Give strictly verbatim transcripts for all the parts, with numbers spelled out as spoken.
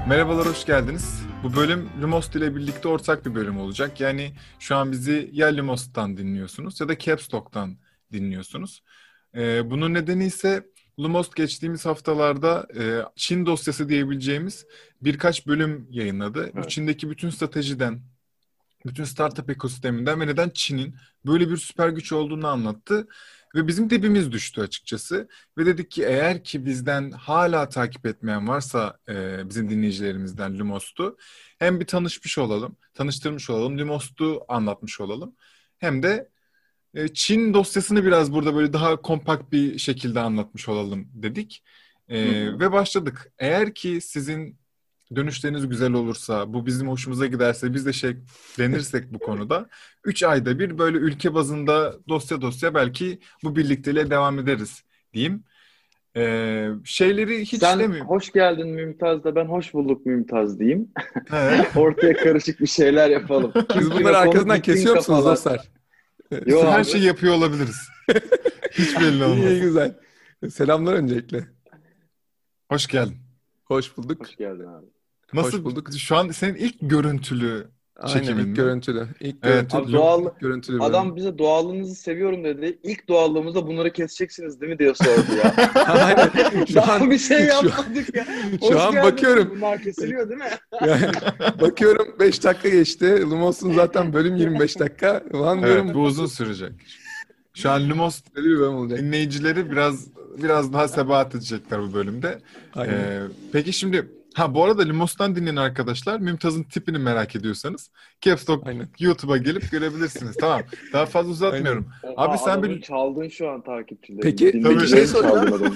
Merhabalar, hoş geldiniz. Bu bölüm Lumos ile birlikte ortak bir bölüm olacak. Yani şu an bizi ya Lumos'tan dinliyorsunuz ya da Caps Lock'tan dinliyorsunuz. Ee, bunun nedeni ise Lumos geçtiğimiz haftalarda e, Çin dosyası diyebileceğimiz birkaç bölüm yayınladı. Bu Evet. Çin'deki bütün stratejiden, bütün startup ekosisteminden ve neden Çin'in böyle bir süper güç olduğunu anlattı. Ve bizim dibimiz düştü açıkçası. Ve dedik ki eğer ki bizden hala takip etmeyen varsa e, bizim dinleyicilerimizden Lumos'tu, hem bir tanışmış olalım, tanıştırmış olalım, Lumos'tu anlatmış olalım. Hem de e, Çin dosyasını biraz burada böyle daha kompakt bir şekilde anlatmış olalım dedik. E, Hı hı. ve başladık. Eğer ki sizin dönüşleriniz güzel olursa, bu bizim hoşumuza giderse, biz de şey denirsek bu konuda, üç ayda bir böyle ülke bazında dosya dosya belki bu birlikteliğe devam ederiz diyeyim. Ee, şeyleri hiç Sen demiyorum. hoş geldin Mümtaz da ben hoş bulduk Mümtaz diyeyim. He. Ortaya karışık bir şeyler yapalım. Kim Siz kime bunları konu arkasından bütün kesiyor musunuz kafalar. dostlar? Yo Her abi. şeyi yapıyor olabiliriz. Hiç belli İyi, olmaz. iyi, güzel. Selamlar öncelikle. Hoş geldin. Hoş bulduk. Hoş geldin abi. Hoş Nasıl? bulduk. Şu an senin ilk görüntülü Aynen, çekimin ilk mi? görüntülü. İlk Evet. görüntülü, Abi Lu- doğal, ilk görüntülü adam bölüm. bize doğallığınızı seviyorum dedi. İlk doğallığımızda bunları keseceksiniz değil mi diye sordu ya. Aynen. Şu Daha an bir şey şu, yapmadık ya. şu Hoş an geldiniz. bakıyorum. Bunlar kesiliyor değil mi? Yani bakıyorum beş dakika geçti. Lumos'un zaten bölüm yirmi beş dakika. Ulan diyorum Evet, bu uzun sürecek. Şu an Lumos böyle bir bölüm olacak. dinleyicileri biraz biraz daha sebat edecekler bu bölümde. Aynen. Ee, peki şimdi, ha bu arada Lumos'tan dinleyen arkadaşlar, Mümtaz'ın tipini merak ediyorsanız Caps Lock Aynen. YouTube'a gelip görebilirsiniz. Tamam. Daha fazla uzatmıyorum. Oha, Abi sen adamı bir çaldın şu an takipçilerini. Peki, peki Dinleyicilerini şey soracağım. çaldın adamı.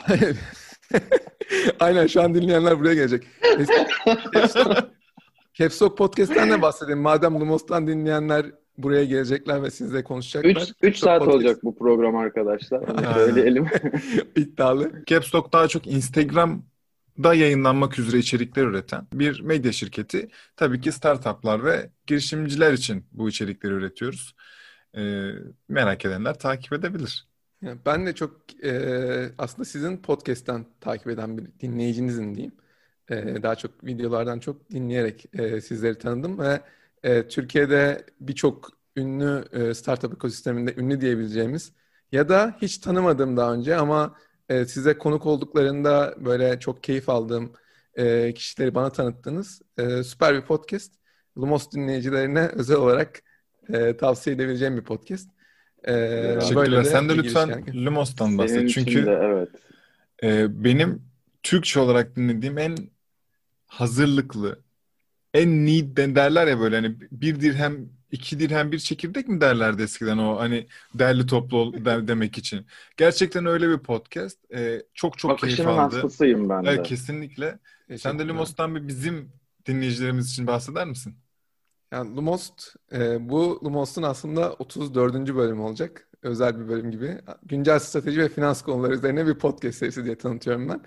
Aynen, şu an dinleyenler buraya gelecek. Caps Lock, Caps Lock Podcast'ten de bahsedeyim. Madem Lumos'tan dinleyenler buraya gelecekler ve sizle konuşacaklar. üç saat Podcast olacak bu program arkadaşlar. Onu Aynen. söyleyelim. iddialı. Caps Lock daha çok Instagram'da yayınlanmak üzere içerikler üreten bir medya şirketi. Tabii ki startuplar ve girişimciler için bu içerikleri üretiyoruz. Ee, merak edenler takip edebilir. Yani ben de çok e, aslında sizin podcast'ten takip eden bir dinleyicinizim diyeyim. E, daha çok videolardan çok dinleyerek e, sizleri tanıdım ve e, Türkiye'de birçok ünlü e, startup ekosisteminde ünlü diyebileceğimiz ya da hiç tanımadığım daha önce ama e, size konuk olduklarında böyle çok keyif aldığım e, kişileri bana tanıttınız. E, süper bir podcast. Lumos dinleyicilerine özel olarak e, tavsiye edebileceğim bir podcast. Ee, Teşekkürler. böyle de Sen de bir lütfen girişken. Lumos'tan bahset. Senin için Çünkü de evet. e, benim Türkçe olarak dinlediğim en hazırlıklı, en need de- derler ya, böyle hani bir dirhem, iki dirhem bir çekirdek mi derlerdi eskiden, o hani derli toplu ol- de- demek için. Gerçekten öyle bir podcast. E, çok çok keyif Akışının aldı. hastasıyım ben Evet, de. kesinlikle. Sen de Teşekkürler. Lumos'tan bir bizim dinleyicilerimiz için bahseder misin? Yani Lumos, e, bu Lumos'un aslında otuz dördüncü bölümü olacak. Özel bir bölüm gibi. Güncel strateji ve finans konuları üzerine bir podcast serisi diye tanıtıyorum ben.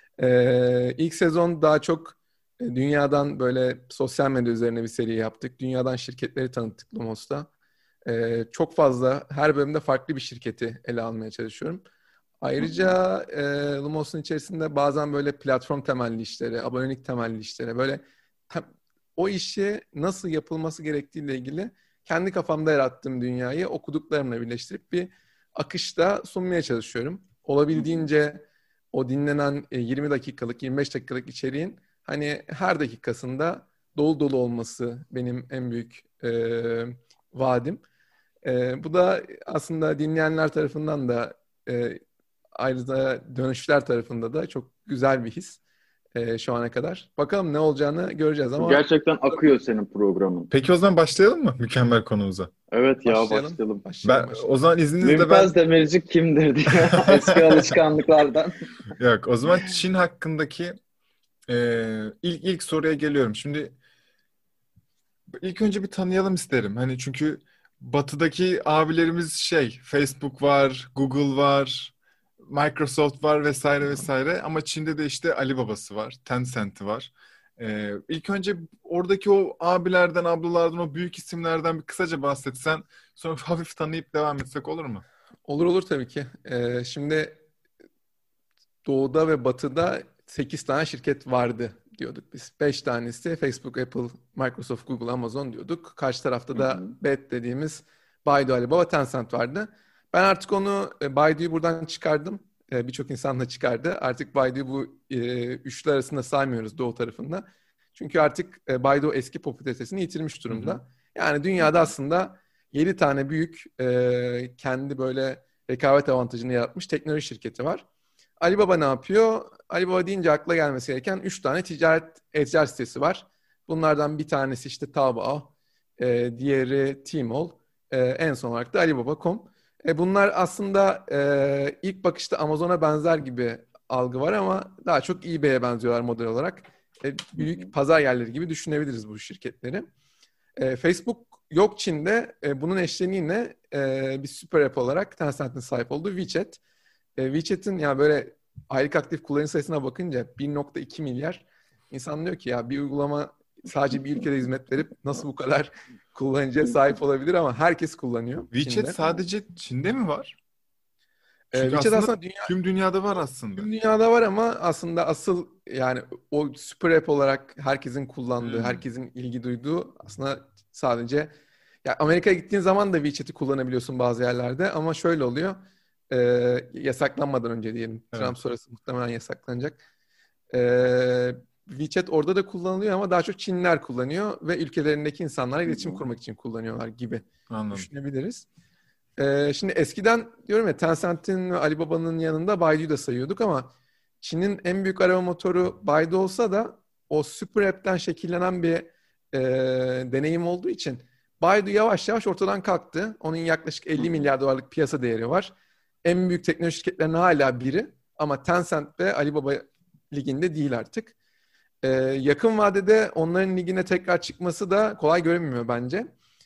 E, ilk sezon daha çok e, dünyadan böyle sosyal medya üzerine bir seri yaptık. Dünyadan şirketleri tanıttık Lumos'ta. E, çok fazla, her bölümde farklı bir şirketi ele almaya çalışıyorum. Ayrıca e, Lumos'un içerisinde bazen böyle platform temelli işleri, abonelik temelli işleri, böyle tem- o işi nasıl yapılması gerektiğiyle ilgili kendi kafamda yarattığım dünyayı okuduklarımla birleştirip bir akışta sunmaya çalışıyorum. Olabildiğince o dinlenen e, yirmi dakikalık, yirmi beş dakikalık içeriğin hani her dakikasında dolu dolu olması benim en büyük e, vaadim. E, bu da aslında dinleyenler tarafından da e, ayrıca dönüşler tarafında da çok güzel bir his e, şu ana kadar. Bakalım ne olacağını göreceğiz ama Gerçekten akıyor senin programın. Peki o zaman başlayalım mı mükemmel konumuza? Evet ya başlayalım. başlayalım. Başlayalım, Ben başlayalım. o zaman izninizle ben Mümtaz Demirci kimdir diye eski alışkanlıklardan. yok, o zaman Çin hakkındaki e, ilk ilk soruya geliyorum. Şimdi ilk önce bir tanıyalım isterim. Hani çünkü batıdaki abilerimiz şey, Facebook var, Google var, Microsoft var vesaire vesaire, ama Çin'de de işte Alibaba'sı var, Tencent'i var. Ee, ilk önce oradaki o abilerden, ablalardan, o büyük isimlerden bir kısaca bahsetsen, sonra hafif tanıyıp devam etsek olur mu? Olur olur tabii ki. Ee, şimdi Doğu'da ve Batı'da sekiz tane şirket vardı diyorduk biz. Beş tanesi Facebook, Apple, Microsoft, Google, Amazon diyorduk. Karşı tarafta Hı da hı. bet dediğimiz Baidu, Alibaba, Tencent vardı. Ben artık onu e, Baidu'yu buradan çıkardım. E, birçok insan da çıkardı. Artık Baidu'yu bu e, üçlü arasında saymıyoruz doğu tarafında. Çünkü artık e, Baidu eski popülaritesini yitirmiş Hı hı. durumda. Yani Hı dünyada hı. aslında yedi tane büyük e, kendi böyle rekabet avantajını yaratmış teknoloji şirketi var. Alibaba ne yapıyor? Alibaba deyince akla gelmesi gereken üç tane ticaret e-ticaret sitesi var. Bunlardan bir tanesi işte Taobao, e, diğeri Tmall, e, en son olarak da Alibaba nokta com. E, bunlar aslında e, ilk bakışta Amazon'a benzer gibi algı var ama daha çok eBay'e benziyorlar model olarak. E, Hı hı. büyük pazar yerleri gibi düşünebiliriz bu şirketleri. E, Facebook yok Çin'de. E, bunun eşleniğine e, bir süper app olarak Tencent'in sahip olduğu WeChat. E, WeChat'in ya böyle aylık aktif kullanıcı sayısına bakınca bir nokta iki milyar, insan diyor ki ya bir uygulama sadece bir ülkede hizmet verip nasıl bu kadar kullanıcıya sahip olabilir, ama herkes kullanıyor WeChat Çin'de. sadece Çin'de mi var? E, Çünkü WeChat aslında aslında dünya, tüm dünyada var aslında. tüm dünyada var ama aslında asıl yani o süper app olarak herkesin kullandığı, Hmm. herkesin ilgi duyduğu aslında sadece, ya Amerika'ya gittiğin zaman da WeChat'i kullanabiliyorsun bazı yerlerde ama şöyle oluyor. E, yasaklanmadan önce diyelim. Evet. Trump sonrası muhtemelen yasaklanacak. E, WeChat orada da kullanılıyor ama daha çok Çinliler kullanıyor ve ülkelerindeki insanlarla Hı iletişim hı. kurmak için kullanıyorlar gibi Anladım. düşünebiliriz. Ee, şimdi eskiden diyorum ya Tencent'in ve Alibaba'nın yanında Baidu'yu da sayıyorduk ama Çin'in en büyük arama motoru Baidu olsa da o Super App'ten şekillenen bir e, deneyim olduğu için Baidu yavaş yavaş ortadan kalktı. Onun yaklaşık Hı elli hı. milyar dolarlık piyasa değeri var. En büyük teknoloji şirketlerinden hala biri ama Tencent ve Alibaba liginde değil artık. Ee, yakın vadede onların ligine tekrar çıkması da kolay görünmüyor bence.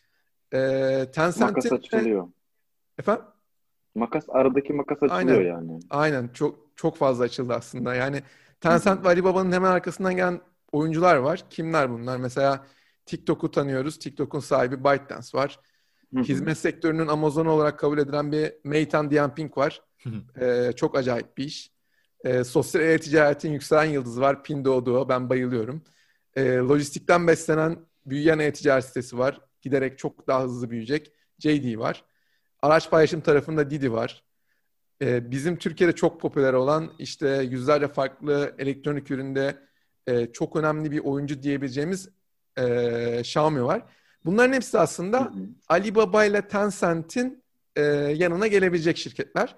Ee, Makas Tencent'in de açılıyor. efendim. Makas aradaki makas açılıyor Aynen. yani. Aynen. Çok çok fazla açıldı aslında. Yani Hı hı. Tencent ve Alibaba'nın hemen arkasından gelen oyuncular var. Kimler bunlar? Mesela TikTok'u tanıyoruz. TikTok'un sahibi ByteDance var. Hı hı. Hizmet sektörünün Amazon olarak kabul edilen bir Meituan Dianping var. Ee, çok acayip bir iş. Ee, sosyal e-ticaretin yükselen yıldızı var. Pinduoduo. Ben bayılıyorum. Ee, lojistikten beslenen büyüyen e-ticaret sitesi var. Giderek çok daha hızlı büyüyecek. J D var. Araç paylaşım tarafında Didi var. Ee, bizim Türkiye'de çok popüler olan işte yüzlerce farklı elektronik üründe e, çok önemli bir oyuncu diyebileceğimiz e, Xiaomi var. Bunların hepsi Hı aslında hı. Alibaba ile Tencent'in e, yanına gelebilecek şirketler.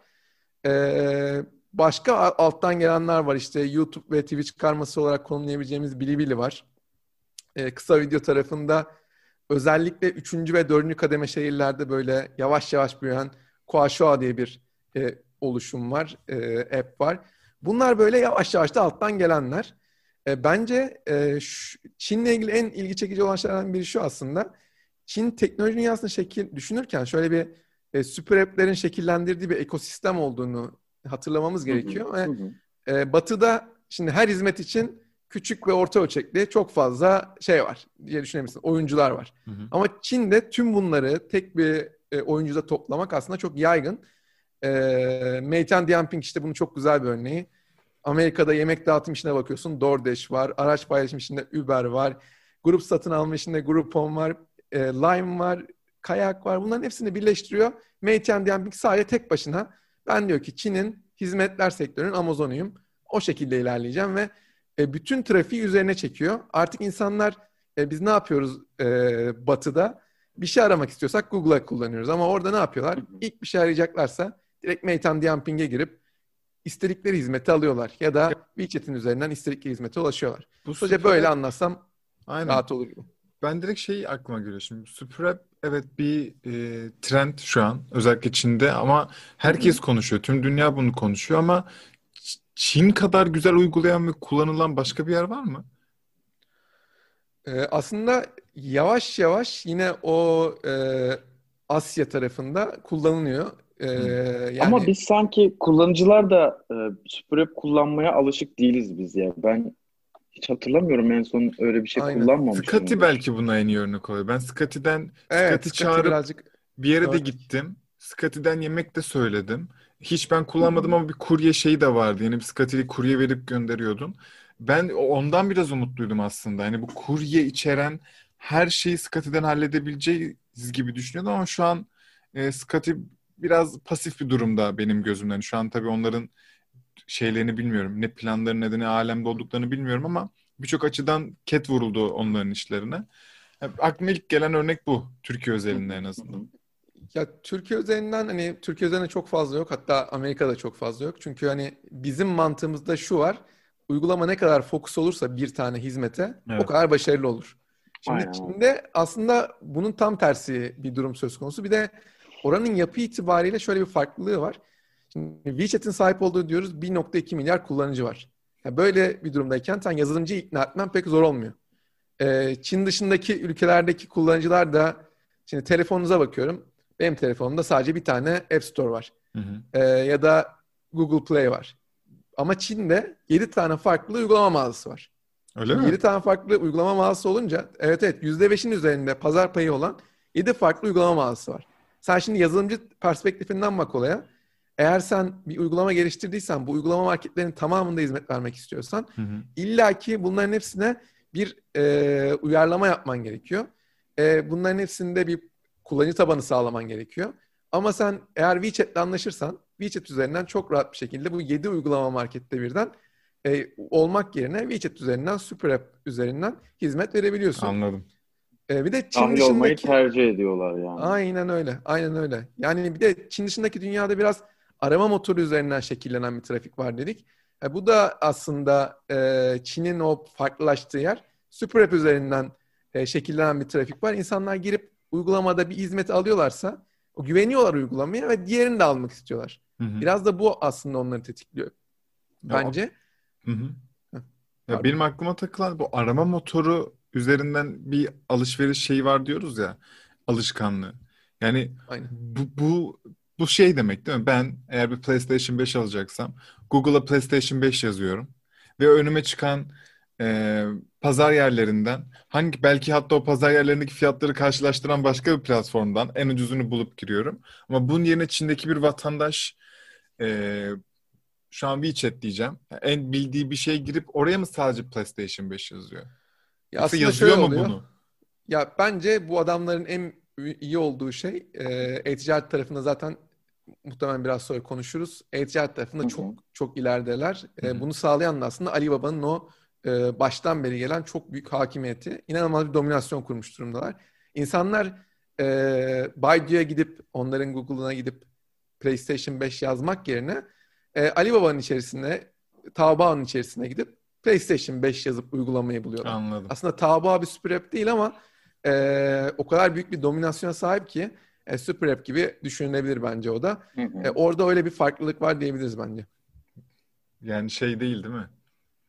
E, başka a- alttan gelenler var, işte YouTube ve Twitch karması olarak konumlayabileceğimiz Bilibili var. E, kısa video tarafında özellikle üçüncü ve dördüncü kademe şehirlerde böyle yavaş yavaş büyüyen Kuaishou diye bir e, oluşum var, e, app var. Bunlar böyle yavaş yavaş da alttan gelenler. E, bence e, şu- Çin'le ilgili en ilgi çekici olan şeylerden biri şu aslında. Çin teknoloji dünyasını şekil düşünürken şöyle bir e, süper app'lerin şekillendirdiği bir ekosistem olduğunu hatırlamamız Hı hı. gerekiyor ve Hı hı. e, Batı'da şimdi her hizmet için küçük ve orta ölçekli çok fazla şey var diye düşünebilirsin. Oyuncular var. Hı hı. Ama Çin'de tüm bunları tek bir e, oyuncuda toplamak aslında çok yaygın. E, Meituan Dianping işte bunun çok güzel bir örneği. Amerika'da yemek dağıtım işine bakıyorsun. DoorDash var. Araç paylaşım işinde Uber var. Grup satın alma işinde Groupon var. E, Lime var. Kayak var. Bunların hepsini birleştiriyor. Meituan Dianping sadece tek başına. Ben diyor ki Çin'in hizmetler sektörünün Amazon'uyum. O şekilde ilerleyeceğim ve e, bütün trafiği üzerine çekiyor. Artık insanlar e, biz ne yapıyoruz e, Batı'da? Bir şey aramak istiyorsak Google'a kullanıyoruz. Ama orada ne yapıyorlar? Hı hı. İlk bir şey arayacaklarsa direkt Meituan Dianping'e girip istedikleri hizmeti alıyorlar. Ya Ya, da WeChat'in üzerinden istedikleri hizmete ulaşıyorlar. bu Sadece süper böyle app, anlatsam aynen. rahat olur gibi. Ben direkt şey aklıma geliyor şimdi. Süper app evet bir e, trend şu an. Özellikle Çin'de ama Hı herkes hı. konuşuyor. Tüm dünya bunu konuşuyor ama Ç- Çin kadar güzel uygulayan ve kullanılan başka bir yer var mı? Ee, aslında yavaş yavaş yine o e, Asya tarafında kullanılıyor. Ee, Hmm. Ama yani biz sanki kullanıcılar da e, Super App kullanmaya alışık değiliz biz ya. Ben hiç hatırlamıyorum en son öyle bir şey aynen. Scotty kullanmamışımdır. belki buna en iyi örnek oluyor. Ben Scotty'den Evet, Scotty Scotty çağırıp birazcık bir yere de örnek. gittim. Scotty'den yemek de söyledim. Hiç ben Hı kullanmadım hı. ama bir kurye şeyi de vardı. Yani bir Scotty'li kurye verip gönderiyordun. Ben ondan biraz umutluydum aslında. Hani bu kurye içeren her şeyi Scotty'den halledebileceğiz gibi düşünüyordum ama şu an e, Scotty biraz pasif bir durumda benim gözümden. Şu an tabii onların şeylerini bilmiyorum. Ne planları ne de ne alemde olduklarını bilmiyorum ama birçok açıdan ket vuruldu onların işlerine. Yani aklıma ilk gelen örnek bu. Türkiye özelinde en azından. Ya Türkiye üzerinden hani Türkiye üzerinde çok fazla yok. Hatta Amerika'da çok fazla yok. Çünkü hani bizim mantığımızda şu var. Uygulama ne kadar fokus olursa bir tane hizmete Evet. o kadar başarılı olur. Şimdi Aynen. Çin'de aslında bunun tam tersi bir durum söz konusu. Bir de oranın yapı itibariyle şöyle bir farklılığı var. Şimdi WeChat'in sahip olduğu diyoruz bir nokta iki milyar kullanıcı var. Yani böyle bir durumdayken sen yazılımcıyı ikna etmen pek zor olmuyor. Ee, Çin dışındaki ülkelerdeki kullanıcılar da şimdi telefonunuza bakıyorum. Benim telefonumda sadece bir tane App Store var. Hı hı. Ee, ya da Google Play var. Ama Çin'de yedi tane farklı uygulama mağazası var. Öyle Şimdi mi? yedi tane farklı uygulama mağazası olunca evet evet yüzde beşin üzerinde pazar payı olan yedi farklı uygulama mağazası var. Sen şimdi yazılımcı perspektifinden bak olaya. Eğer sen bir uygulama geliştirdiysen bu uygulama marketlerinin tamamında hizmet vermek istiyorsan Hı hı. illaki bunların hepsine bir e, uyarlama yapman gerekiyor. E, bunların hepsinde bir kullanıcı tabanı sağlaman gerekiyor. Ama sen eğer WeChat'le anlaşırsan WeChat üzerinden çok rahat bir şekilde bu yedi uygulama markette birden e, olmak yerine WeChat üzerinden, Super App üzerinden hizmet verebiliyorsun. Anladım. E, bir de Çin Dahil olmayı dışındaki... tercih ediyorlar yani. Aynen öyle, aynen öyle. Yani bir de Çin dışındaki dünyada biraz arama motoru üzerinden şekillenen bir trafik var dedik. E, bu da aslında e, Çin'in o farklılaştığı yer. Super App üzerinden e, şekillenen bir trafik var. İnsanlar girip uygulamada bir hizmet alıyorlarsa o güveniyorlar uygulamaya ve diğerini de almak istiyorlar. Hı hı. Biraz da bu aslında onları tetikliyor. Bence. Hı hı. Heh, Ya pardon. benim aklıma takılan bu arama motoru üzerinden bir alışveriş şeyi var diyoruz ya, alışkanlığı. Yani Aynen. bu, bu bu şey demek değil mi? Ben eğer bir PlayStation beş alacaksam Google'a PlayStation beş yazıyorum ve önüme çıkan e, pazar yerlerinden hangi belki hatta o pazar yerlerindeki fiyatları karşılaştıran başka bir platformdan en ucuzunu bulup giriyorum. Ama bunun yerine Çin'deki bir vatandaş e, şu an WeChat diyeceğim. En bildiği bir şey girip oraya mı sadece PlayStation beş yazıyor? Ya Yoksa aslında şöyle yazıyor mu oluyor. bunu? Ya bence bu adamların en iyi olduğu şey e, e-ticaret tarafında zaten muhtemelen biraz sonra konuşuruz. E-ticaret tarafında Hı hı. çok çok ilerideler. Hı E, hı. bunu sağlayan da aslında Alibaba'nın o e, baştan beri gelen çok büyük hakimiyeti. İnanılmaz bir dominasyon kurmuş durumdalar. İnsanlar e, Baidu'ya gidip onların Google'ına gidip PlayStation beş yazmak yerine e, Alibaba'nın içerisine Taobao'nun içerisine gidip PlayStation beş yazıp uygulamayı buluyorlar. Anladım. Aslında Taobao bir super app değil ama e, o kadar büyük bir dominasyona sahip ki e, super app gibi düşünülebilir bence o da. Hı hı. E, orada öyle bir farklılık var diyebiliriz bence. Yani şey değil değil mi?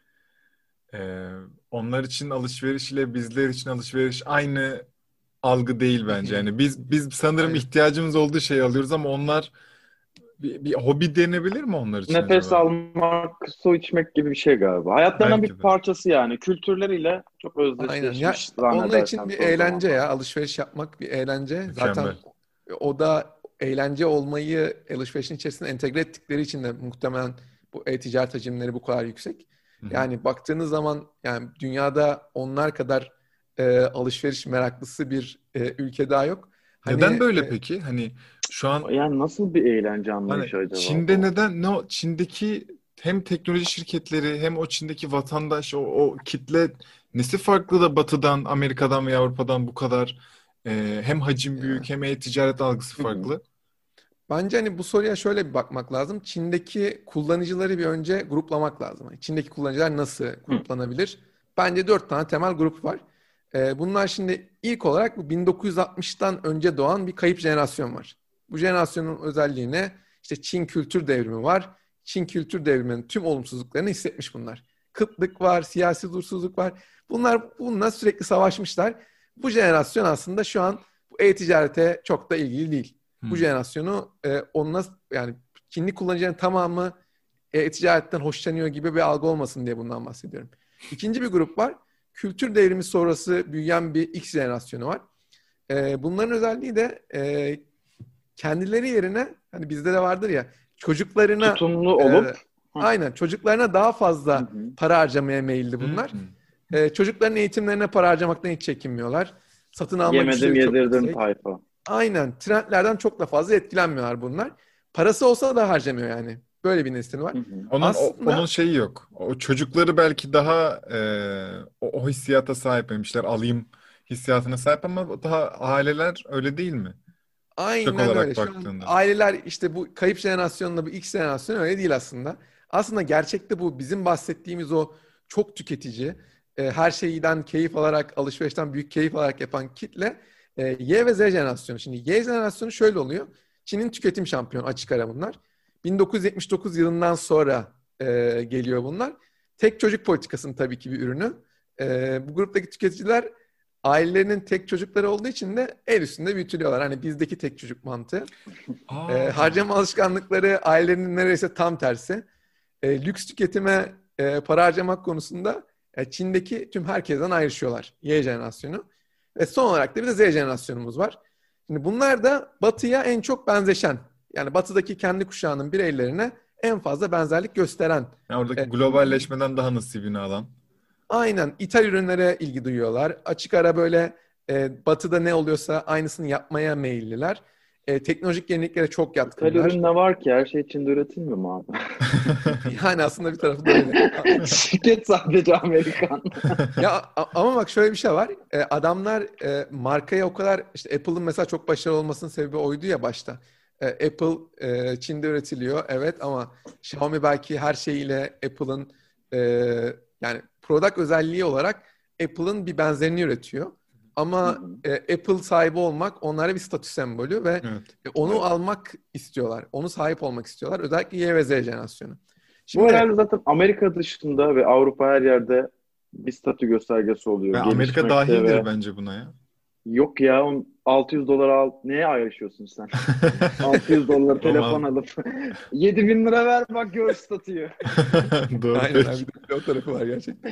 Ee, onlar için alışveriş ile bizler için alışveriş aynı algı değil bence. Yani biz biz sanırım Aynen. ihtiyacımız olduğu şeyi alıyoruz ama onlar bir, bir hobi denebilir mi onlar için Nefes acaba? almak, su içmek gibi bir şey galiba. Hayatlarının bir Belki de. parçası yani. Kültürleriyle çok Aynen. Ya özdeşleşmiş onlar için zannedersem bir son eğlence zamanlarda. ya. Alışveriş yapmak bir eğlence. Zaten Mükemmel. o da eğlence olmayı alışverişin içerisine entegre ettikleri için de muhtemelen bu e-ticaret hacimleri bu kadar yüksek. Hı hı. Yani baktığınız zaman yani dünyada onlar kadar e, alışveriş meraklısı bir e, ülke daha yok. Hani Neden böyle e, peki? Hani şu an Yani nasıl bir eğlence hani anlayışı acaba Çin'de bu? neden ne o Çin'deki hem teknoloji şirketleri hem o Çin'deki vatandaş o, o kitle nesi farklı da Batı'dan, Amerika'dan ve Avrupa'dan bu kadar e, hem hacim büyük ya, hem e-ticaret algısı Hı hı. farklı. bence hani bu soruya şöyle bir bakmak lazım. Çin'deki kullanıcıları bir önce gruplamak lazım. Yani Çin'deki kullanıcılar nasıl Hı. gruplanabilir? Bence dört tane temel grup var. Ee, bunlar şimdi ilk olarak bu bin dokuz yüz altmıştan önce doğan bir kayıp jenerasyon var. Bu jenerasyonun özelliğine işte Çin kültür devrimi var. Çin kültür devriminin tüm olumsuzluklarını hissetmiş bunlar. Kıtlık var, siyasi huzursuzluk var. Bunlar bununla sürekli savaşmışlar. Bu jenerasyon aslında şu an bu e-ticarete çok da ilgili değil. Bu Hmm. jenerasyonu e, onunla yani Çinli kullanıcıların tamamı e-ticaretten hoşlanıyor gibi bir algı olmasın diye bundan bahsediyorum. İkinci bir grup var. Kültür devrimi sonrası büyüyen bir X jenerasyonu var. E, bunların özelliği de e, kendileri yerine hani bizde de vardır ya çocuklarına Tutumlu e, olup Aynen. Çocuklarına daha fazla Hı hı. para harcamaya meyilli bunlar. Hmm. Ee, çocukların eğitimlerine para harcamaktan hiç çekinmiyorlar. Satın alma Yemedim güçleri çok yedirdim yüksek. tayfa. Aynen. Trendlerden çok da fazla etkilenmiyorlar bunlar. Parası olsa da harcamıyor yani. Böyle bir nesil var. Hı hı. Onun o- Aslında onun şeyi yok. O çocukları belki daha e, o, o hissiyata sahipmişler. Alayım hissiyatına sahip ama daha aileler öyle değil mi? Kuşak aynen öyle. olarak Şu an baktığında. aileler işte bu kayıp jenerasyonla bu X jenerasyonu öyle değil aslında. Aslında gerçekte bu bizim bahsettiğimiz o çok tüketici, e, her şeyden keyif alarak, alışverişten büyük keyif alarak yapan kitle e, Y ve Z jenerasyonu. Şimdi Y jenerasyonu şöyle oluyor. Çin'in tüketim şampiyonu açık ara bunlar. bin dokuz yüz yetmiş dokuz yılından sonra e, geliyor bunlar. Tek çocuk politikasının tabii ki bir ürünü. E, bu gruptaki tüketiciler ailelerinin tek çocukları olduğu için de el üstünde büyütülüyorlar. Hani bizdeki tek çocuk mantığı. E, Aa. harcama alışkanlıkları ailelerinin neredeyse tam tersi. E, lüks tüketime e, para harcamak konusunda e, Çin'deki tüm herkesten ayrışıyorlar. Y jenerasyonu. Ve son olarak da bir de Z jenerasyonumuz var. Şimdi bunlar da Batı'ya en çok benzeşen, yani Batı'daki kendi kuşağının bireylerine en fazla benzerlik gösteren. Ya oradaki E, globalleşmeden daha nasibini alan. Aynen. İthal ürünlere ilgi duyuyorlar. Açık ara böyle e, Batı'da ne oluyorsa aynısını yapmaya meyilliler. E, teknolojik yeniliklere çok İthal yatkınlar. ürün ne var ki? Her şey Çin'de üretilmiyor mu abi? Yani aslında bir tarafı da öyle. Şirket sadece Amerikan. Ya a- ama bak şöyle bir şey var. E, adamlar e, markaya o kadar işte Apple'ın mesela çok başarılı olmasının sebebi oydu ya başta. E, Apple e, Çin'de üretiliyor evet ama Xiaomi belki her şeyiyle Apple'ın e, yani product özelliği olarak Apple'ın bir benzerini üretiyor. Ama Hı hı. e, Apple sahibi olmak onlara bir statü sembolü ve Evet. e, onu almak istiyorlar. Onu sahip olmak istiyorlar. Özellikle Y ve Z jenerasyonu. Bu Şimdi herhalde zaten Amerika dışında ve Avrupa her yerde bir statü göstergesi oluyor. Ve Amerika Gelişmekte dahildir ve bence buna ya. yok ya on- altı yüz dolar al. Neye ayrışıyorsun sen? altı yüz dolar telefon Tamam. alıp yedi bin lira ver bak gör statüyü. Doğru aynen abi, peki. bir de o tarafı var gerçekten.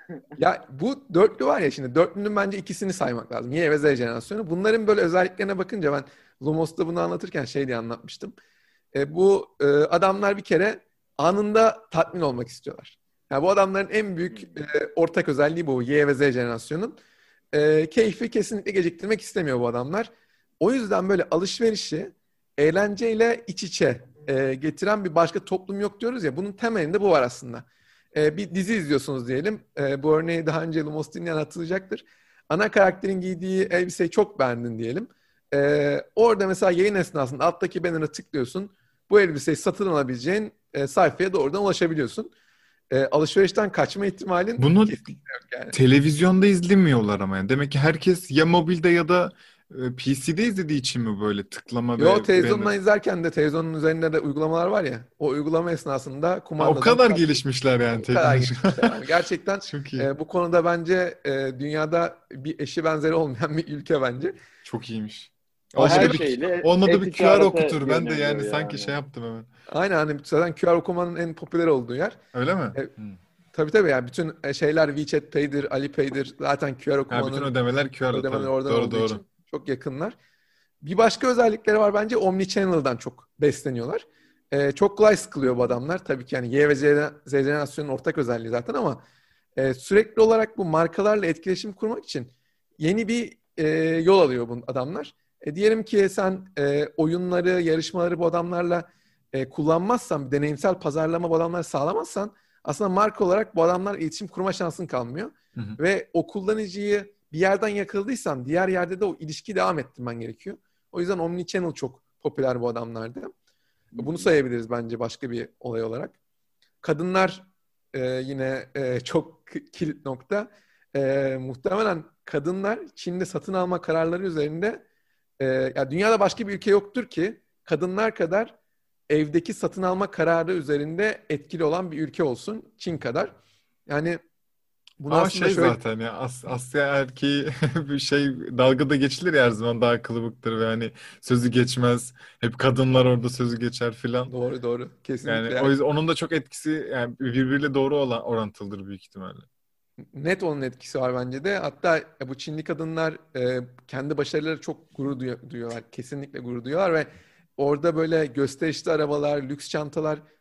Ya bu dörtlü var ya şimdi dörtlünün bence ikisini saymak lazım. Y ve Z jenerasyonu. Bunların böyle özelliklerine bakınca ben Lumos'ta bunu anlatırken şey diye anlatmıştım. E, bu e, adamlar bir kere anında tatmin olmak istiyorlar. Yani bu adamların en büyük e, ortak özelliği bu Y ve Z jenerasyonun. E, keyfi kesinlikle geciktirmek istemiyor bu adamlar. O yüzden böyle alışverişi eğlenceyle iç içe e, getiren bir başka toplum yok diyoruz ya. Bunun temelinde bu var aslında. E, bir dizi izliyorsunuz diyelim. E, bu örneği daha önce Lumos dinleyen hatırlayacaktır. Ana karakterin giydiği elbiseyi çok beğendin diyelim. E, orada mesela yayın esnasında alttaki banner'a tıklıyorsun. Bu elbiseyi satın alabileceğin e, sayfaya doğrudan ulaşabiliyorsun. E, alışverişten kaçma ihtimalin Bunu kesinlikle yok yani. televizyonda izlemiyorlar ama yani. Demek ki herkes ya mobilde ya da e, P C'de izlediği için mi böyle tıklama Yo, ve televizyondan banner? izlerken de televizyonun üzerinde de uygulamalar var ya. O uygulama esnasında Ha, o kumandadan kadar tak, gelişmişler yani o kadar teknoloji. gelişmişler abi. Gerçekten Çok iyi. e, bu konuda bence e, dünyada bir eşi benzeri olmayan bir ülke bence. Çok iyiymiş. O her Olmadı Aşırı bir şeyle olmadı bir Q R e-ticarete okutur. Ben de yöneliyor yani sanki yani. şey yaptım hemen. aynen hani zaten Q R okumanın en popüler olduğu yer. Öyle mi? E, Hmm. tabii tabii yani bütün e, şeyler WeChat Pay'dir, Alipay'dir zaten Q R Ha, bütün okumanın ödemeler Q R'da ödemeleri tabii. oradan Doğru olduğu doğru. için çok yakınlar. Bir başka özellikleri var bence omnichannel'dan çok besleniyorlar. Ee, çok kolay sıkılıyor bu adamlar. Tabii ki yani Y ve Z, Z jenerasyonun ortak özelliği zaten ama e, sürekli olarak bu markalarla etkileşim kurmak için yeni bir e, yol alıyor bu adamlar. E, diyelim ki sen e, oyunları, yarışmaları bu adamlarla e, kullanmazsan, deneyimsel pazarlama bu adamlar sağlamazsan aslında marka olarak bu adamlar iletişim kurma şansın kalmıyor. Hı hı. Ve o kullanıcıyı bir yerden yakaladıysan diğer yerde de o ilişkiyi devam ettirmen gerekiyor. O yüzden omnichannel çok popüler bu adamlarda. Bunu sayabiliriz bence başka bir olay olarak. Kadınlar e, yine e, çok k- kilit nokta. E, muhtemelen kadınlar Çin'de satın alma kararları üzerinde e, ya dünyada başka bir ülke yoktur ki kadınlar kadar evdeki satın alma kararı üzerinde etkili olan bir ülke olsun Çin kadar. Yani bunu Ama aslında şey şöyle zaten ya As Asya erkeği bir şey dalgada geçilir ya her zaman daha kılıbıktır ve hani sözü geçmez. Hep kadınlar orada sözü geçer filan. doğru doğru Yani kesinlikle o yani yüzden onun da çok etkisi yani birbiriyle doğru olan orantılıdır büyük ihtimalle. net onun etkisi var bence de. Hatta e, bu Çinli kadınlar e, kendi başarıları çok gurur duyu- duyuyorlar. Kesinlikle gurur duyuyorlar ve orada böyle gösterişli arabalar, lüks çantalar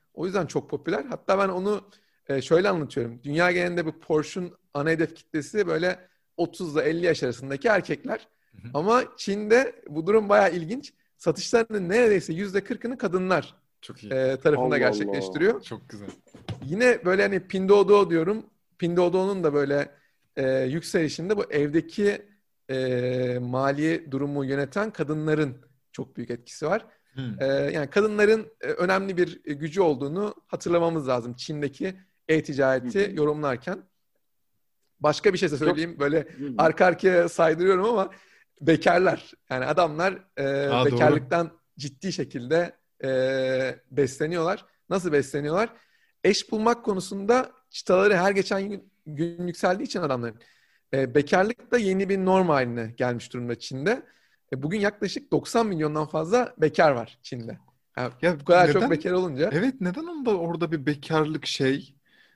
O yüzden çok popüler. Hatta ben onu e, şöyle anlatıyorum. Dünya genelinde bu Porsche'un ana hedef kitlesi böyle otuz ile elli yaş arasındaki erkekler. Hı hı. Ama Çin'de bu durum bayağı ilginç. Satışlarının neredeyse yüzde kırkını kadınlar Çok iyi. e, tarafında Allah gerçekleştiriyor. Çok güzel. Yine böyle hani Pinduoduo diyorum. Pinduoduo'nun da böyle e, yükselişinde bu evdeki e, mali durumu yöneten kadınların çok büyük etkisi var. Hmm. E, yani kadınların e, önemli bir e, gücü olduğunu hatırlamamız lazım Çin'deki e-ticareti Hı hı. yorumlarken. Başka bir şey de Çok- söyleyeyim. Böyle Hı hı. arka arkaya saydırıyorum ama bekarlar. Yani adamlar e, Aa, doğru. bekarlıktan ciddi şekilde e, besleniyorlar. Nasıl besleniyorlar? Eş bulmak konusunda çıtaları her geçen gün, gün yükseldiği için adamların. E, bekarlık da yeni bir norm haline gelmiş durumda Çin'de. E, bugün yaklaşık doksan milyondan fazla bekar var Çin'de. Yani Ya bu kadar neden? çok bekar olunca Evet, neden onda orada bir bekarlık şey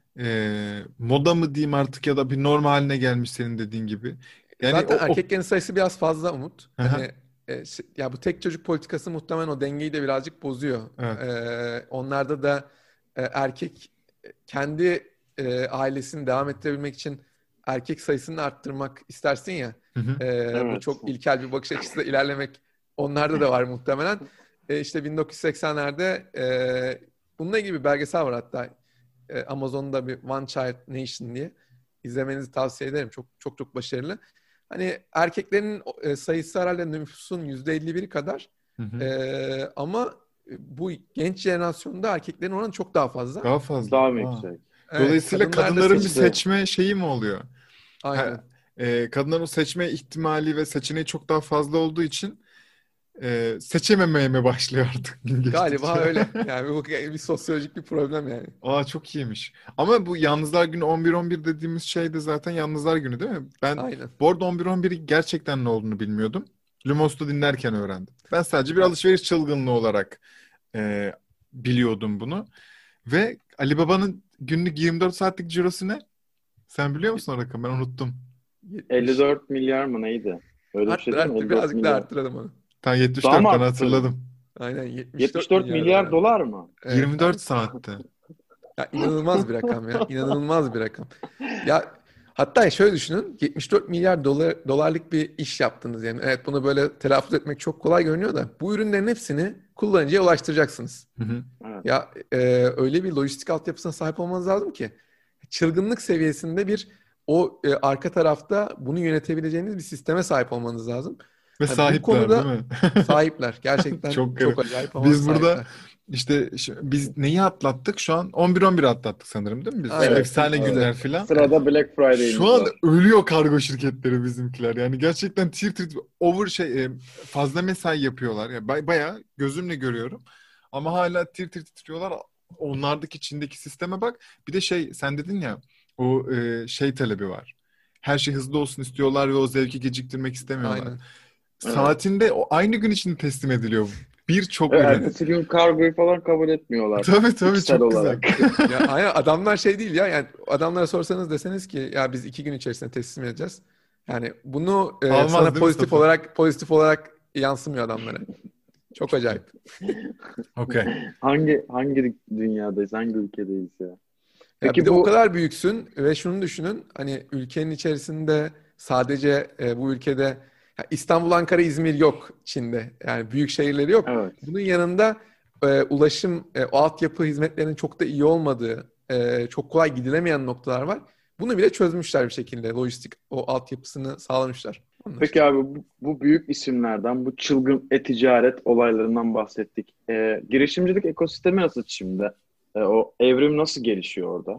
e, moda mı diyeyim artık ya da bir norm haline gelmiş senin dediğin gibi. Yani zaten o, o erkeklerin sayısı biraz fazla Umut. Aha. Hani e, şey- ya bu tek çocuk politikası muhtemelen o dengeyi de birazcık bozuyor. Evet. E, onlarda da e, erkek e, kendi e, ailesini devam ettirebilmek için erkek sayısını arttırmak istersin ya. Hı hı. E, bu Evet. çok ilkel bir bakış açısıyla ilerlemek onlarda da var muhtemelen. E, işte bin dokuz yüz seksenlerde e, bununla ilgili bir belgesel var hatta. E, Amazon'da bir One Child Nation diye. İzlemenizi tavsiye ederim. Çok çok çok başarılı. Hani erkeklerin e, sayısı herhalde nüfusun yüzde elli biri kadar. Hı hı. E, ama bu genç jenerasyonda erkeklerin oranı çok daha fazla. Daha fazla. Daha mı Aa. yüksek? Evet, Dolayısıyla kadınlar da kadınların bir seçim- seçti. seçme şeyi mi oluyor? Aynen. Ha, e, kadınların o seçme ihtimali ve seçeneği çok daha fazla olduğu için e, seçememeye mi başlıyor artık gün geçtikçe? Galiba öyle. Yani bu bir sosyolojik bir problem yani. Aa, çok iyiymiş. Ama bu Yalnızlar Günü on bir on bir dediğimiz şey de zaten Yalnızlar Günü değil mi? Ben Aynen. bu arada on bir on biri gerçekten ne olduğunu bilmiyordum. Lumos'ta dinlerken öğrendim. Ben sadece bir Ha. alışveriş çılgınlığı olarak e, biliyordum bunu. Ve Ali Baba'nın günlük yirmi dört saatlik cirosu ne? Sen biliyor musun o rakamı? Ben unuttum. yetmiş. elli dört milyar mı neydi? Öyle bir şey Arttır değil mi? arttır. elli dört Birazcık daha milyar. arttıralım onu. Tam yetmiş Daha dört mı ben arttı? hatırladım. Aynen yetmiş dört yetmiş dört milyar milyar dolar. dolar mı? Evet. yirmi dört saatte. Ya inanılmaz bir rakam ya. İnanılmaz bir rakam. Ya hatta şöyle düşünün. yetmiş dört milyar dolar dolarlık bir iş yaptınız yani. Evet, bunu böyle telaffuz etmek çok kolay görünüyor da bu ürünlerin hepsini kullanıcıya ulaştıracaksınız. Hı hı. Evet. Ya e, öyle bir lojistik altyapısına sahip olmanız lazım ki çılgınlık seviyesinde bir o e, arka tarafta bunu yönetebileceğiniz bir sisteme sahip olmanız lazım. Ve Yani bu sahipler konuda değil mi? sahipler. Gerçekten Çok çok, garip. acayip ama Biz burada sahipler. işte şu- biz neyi atlattık şu an? on bir on bir atlattık sanırım değil mi biz? Şu Aynen. efsane Biz de. günler filan. Sırada Black Friday'imiz Şu an var. ölüyor kargo şirketleri bizimkiler. Yani gerçekten tir tir over şey e, fazla mesai yapıyorlar. Yani bay- bayağı gözümle görüyorum. Ama hala tir tir titriyorlar. Onlardaki Çin'deki sisteme bak. Bir de şey sen dedin ya o e, şey talebi var. Her şey hızlı olsun istiyorlar ve o zevki geciktirmek istemiyorlar. Aynen. Saatinde o aynı gün içinde teslim ediliyor birçok Ve ürün. ertesi gün kargoyu falan kabul etmiyorlar. Tabii tabii Piksel çok güzel. olarak. Ya aynen, adamlar şey değil ya, yani adamlara sorsanız deseniz ki ya biz iki gün içerisinde teslim edeceğiz. Yani bunu e, Almaz sana değil mi pozitif Mustafa? olarak pozitif olarak yansımıyor adamlara. Çok acayip. Okey. Hangi hangi dünyadayız, hangi ülkedeyiz ya? Ya Peki bir de o bu kadar büyüksün ve şunu düşünün, hani ülkenin içerisinde sadece e, bu ülkede ya İstanbul, Ankara, İzmir yok Çin'de. Yani büyük şehirleri yok. evet. Bunun yanında e, ulaşım, e, o altyapı hizmetlerinin çok da iyi olmadığı, e, çok kolay gidilemeyen noktalar var. Bunu bile çözmüşler bir şekilde. Lojistik o altyapısını sağlamışlar. Onlar. Peki abi bu, bu büyük isimlerden, bu çılgın e-ticaret olaylarından bahsettik. Ee, girişimcilik ekosistemi nasıl şimdi? Ee, o evrim nasıl gelişiyor orada?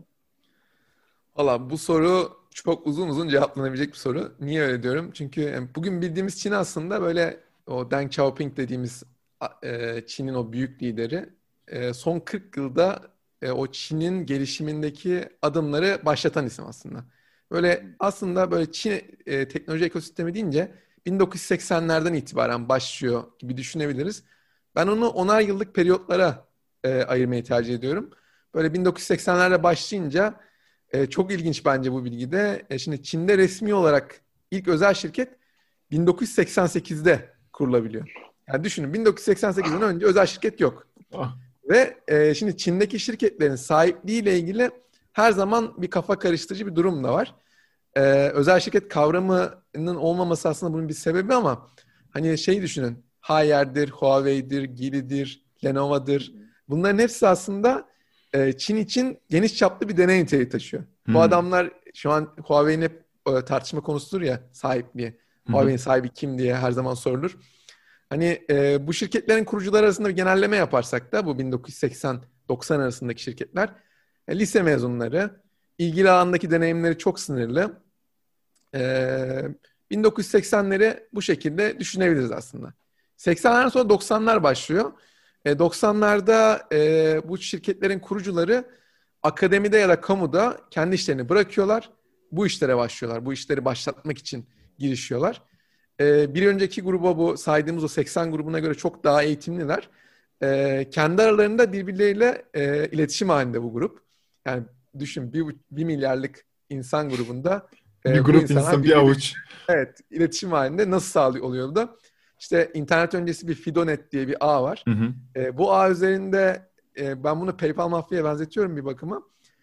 Valla bu soru çok uzun uzun cevaplanabilecek bir soru. Niye öyle diyorum? Çünkü yani bugün bildiğimiz Çin aslında böyle o Deng Xiaoping dediğimiz a- e, Çin'in o büyük lideri e, son kırk yılda e, o Çin'in gelişimindeki adımları başlatan isim aslında. Böyle aslında böyle Çin e, teknoloji ekosistemi deyince bin dokuz yüz seksenlerden itibaren başlıyor gibi düşünebiliriz. Ben onu onar yıllık periyotlara e, ayırmayı tercih ediyorum. Böyle bin dokuz yüz seksenlerde başlayınca e, çok ilginç bence bu bilgide. E, şimdi Çin'de resmi olarak ilk özel şirket bin dokuz yüz seksen sekizde kurulabiliyor. Yani düşünün, bin dokuz yüz seksen sekizden önce özel şirket yok. Ah, Ve e, şimdi Çin'deki şirketlerin sahipliğiyle ilgili her zaman bir kafa karıştırıcı bir durum da var. E, özel şirket kavramının olmaması aslında bunun bir sebebi ama hani şey düşünün. Haier'dir, Huawei'dir, Geely'dir, Lenovo'dur. Bunların hepsi aslında e, Çin için geniş çaplı bir deney niteliği taşıyor. Hmm. Bu adamlar şu an Huawei'nin hep e, tartışma konusudur ya sahipliği. Huawei'nin sahibi kim diye her zaman sorulur. Hani e, bu şirketlerin kurucuları arasında bir genelleme yaparsak da bu bin dokuz yüz seksen doksan arasındaki şirketler e, lise mezunları, ilgili alandaki deneyimleri çok sınırlı. E, bin dokuz yüz seksenleri bu şekilde düşünebiliriz aslında. seksenlerden sonra doksanlar başlıyor. E, doksanlarda e, bu şirketlerin kurucuları akademide ya da kamuda kendi işlerini bırakıyorlar. Bu işlere başlıyorlar. Bu işleri başlatmak için girişiyorlar. Ee, bir önceki gruba bu saydığımız o seksen grubuna göre çok daha eğitimliler. Ee, kendi aralarında birbirleriyle e, iletişim halinde bu grup. Yani düşün bir, bir milyarlık insan grubunda e, Bir bu grup insanlar insan, bir birbirleriyle- avuç. Evet, iletişim halinde nasıl sağlıyor oluyor da? İşte internet öncesi bir Fidonet diye bir ağ var. Hı hı. E, bu ağ üzerinde e, ben bunu PayPal Mafya'ya benzetiyorum bir bakıma.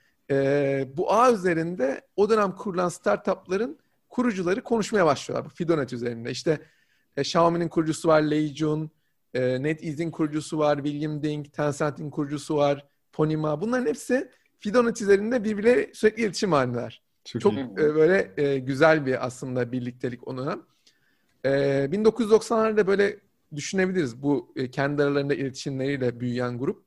E, bu ağ üzerinde o dönem kurulan startupların kurucuları konuşmaya başlıyorlar. Bu Fidonet üzerinde. İşte e, Xiaomi'nin kurucusu var Lei Jun, e, NetEase'in kurucusu var William Ding, Tencent'in kurucusu var Ponyma. Bunların hepsi Fidonet üzerinde birbirleriyle sürekli iletişim halindeler. Çok, Çok iyi. e, böyle e, güzel bir aslında birliktelik o dönem. E, bin dokuz yüz doksanlarda böyle düşünebiliriz bu e, kendi aralarında iletişimleriyle büyüyen grup.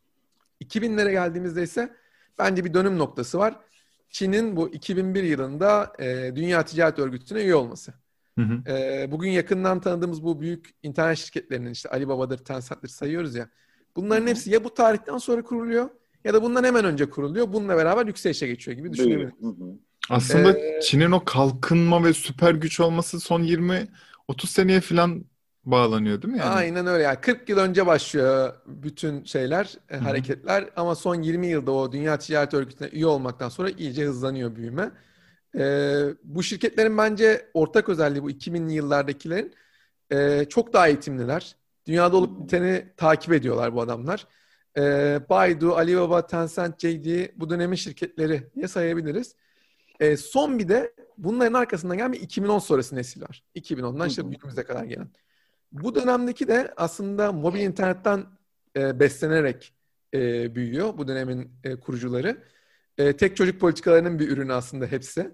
iki binlere geldiğimizde ise bence bir dönüm noktası var. Çin'in bu iki bin bir yılında e, Dünya Ticaret Örgütü'ne üye olması. Hı hı. E, bugün yakından tanıdığımız bu büyük internet şirketlerinin işte Alibaba'dır, Tencent'tir sayıyoruz ya. Bunların hepsi ya bu tarihten sonra kuruluyor ya da bundan hemen önce kuruluyor. Bununla beraber yükselişe geçiyor gibi düşünebiliriz. Hı hı. Aslında Ee, Çin'in o kalkınma ve süper güç olması son yirmi otuz seneye falan bağlanıyor değil mi yani? Aynen öyle. Yani kırk yıl önce başlıyor bütün şeyler, e, hı. hareketler ama son yirmi yılda o Dünya Ticaret Örgütü'ne üye olmaktan sonra iyice hızlanıyor büyüme. Ee, bu şirketlerin bence ortak özelliği bu iki binli yıllardakilerin e, çok daha eğitimliler. Dünyada olup biteni takip ediyorlar bu adamlar. Ee, Baidu, Alibaba, Tencent, J D bu dönemin şirketleri diye sayabiliriz. Ee, son bir de bunların arkasından gelen bir iki bin on sonrası nesil var. iki bin ondan işte günümüze kadar gelen. Bu dönemdeki de aslında mobil internetten e, beslenerek e, büyüyor bu dönemin e, kurucuları. E, tek çocuk politikalarının bir ürünü aslında hepsi.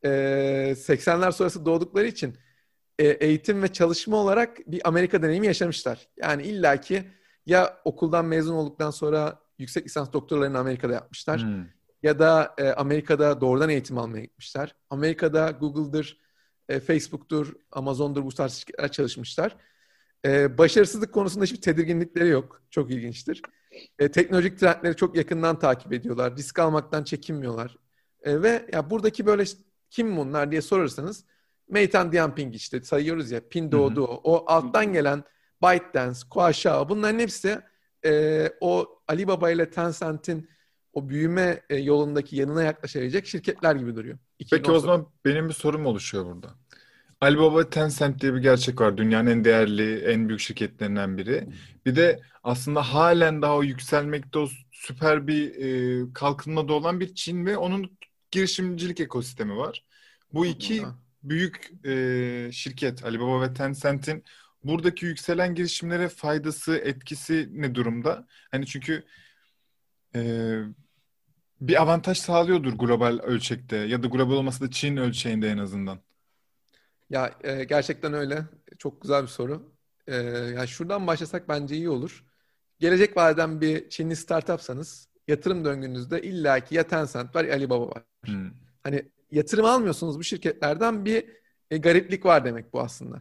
E, seksenler sonrası doğdukları için e, eğitim ve çalışma olarak bir Amerika deneyimi yaşamışlar. Yani illaki ya okuldan mezun olduktan sonra yüksek lisans doktorlarını Amerika'da yapmışlar. Hmm. Ya da e, Amerika'da doğrudan eğitim almaya gitmişler. Amerika'da Google'dır, e, Facebook'tur, Amazon'dur bu tarz şirketler çalışmışlar. E, başarısızlık konusunda hiçbir tedirginlikleri yok. Çok ilginçtir. E, teknolojik trendleri çok yakından takip ediyorlar. Risk almaktan çekinmiyorlar. E, ve ya buradaki böyle kim bunlar diye sorarsanız Meituan Dianping işte sayıyoruz ya Pinduoduo. O alttan gelen ByteDance, Kuaishou bunların hepsi e, o Alibaba ile Tencent'in o büyüme e, yolundaki yanına yaklaşabilecek şirketler gibi duruyor. Peki o zaman benim bir sorum oluşuyor burada. Alibaba, Tencent diye bir gerçek var. Dünyanın en değerli, en büyük şirketlerinden biri. Bir de aslında halen daha o yükselmekte o süper bir e, kalkınmada olan bir Çin ve onun girişimcilik ekosistemi var. Bu iki büyük e, şirket, Alibaba ve Tencent'in buradaki yükselen girişimlere faydası, etkisi ne durumda? Hani çünkü e, bir avantaj sağlıyordur global ölçekte ya da global olmasa da Çin ölçeğinde en azından. Ya e, gerçekten öyle. Çok güzel bir soru. E, yani şuradan başlasak bence iyi olur. Gelecek vadeden bir Çinli startupsanız yatırım döngünüzde illaki ya Tencent var ya Alibaba var. Hmm. Hani yatırım almıyorsunuz bu şirketlerden bir e, gariplik var demek bu aslında.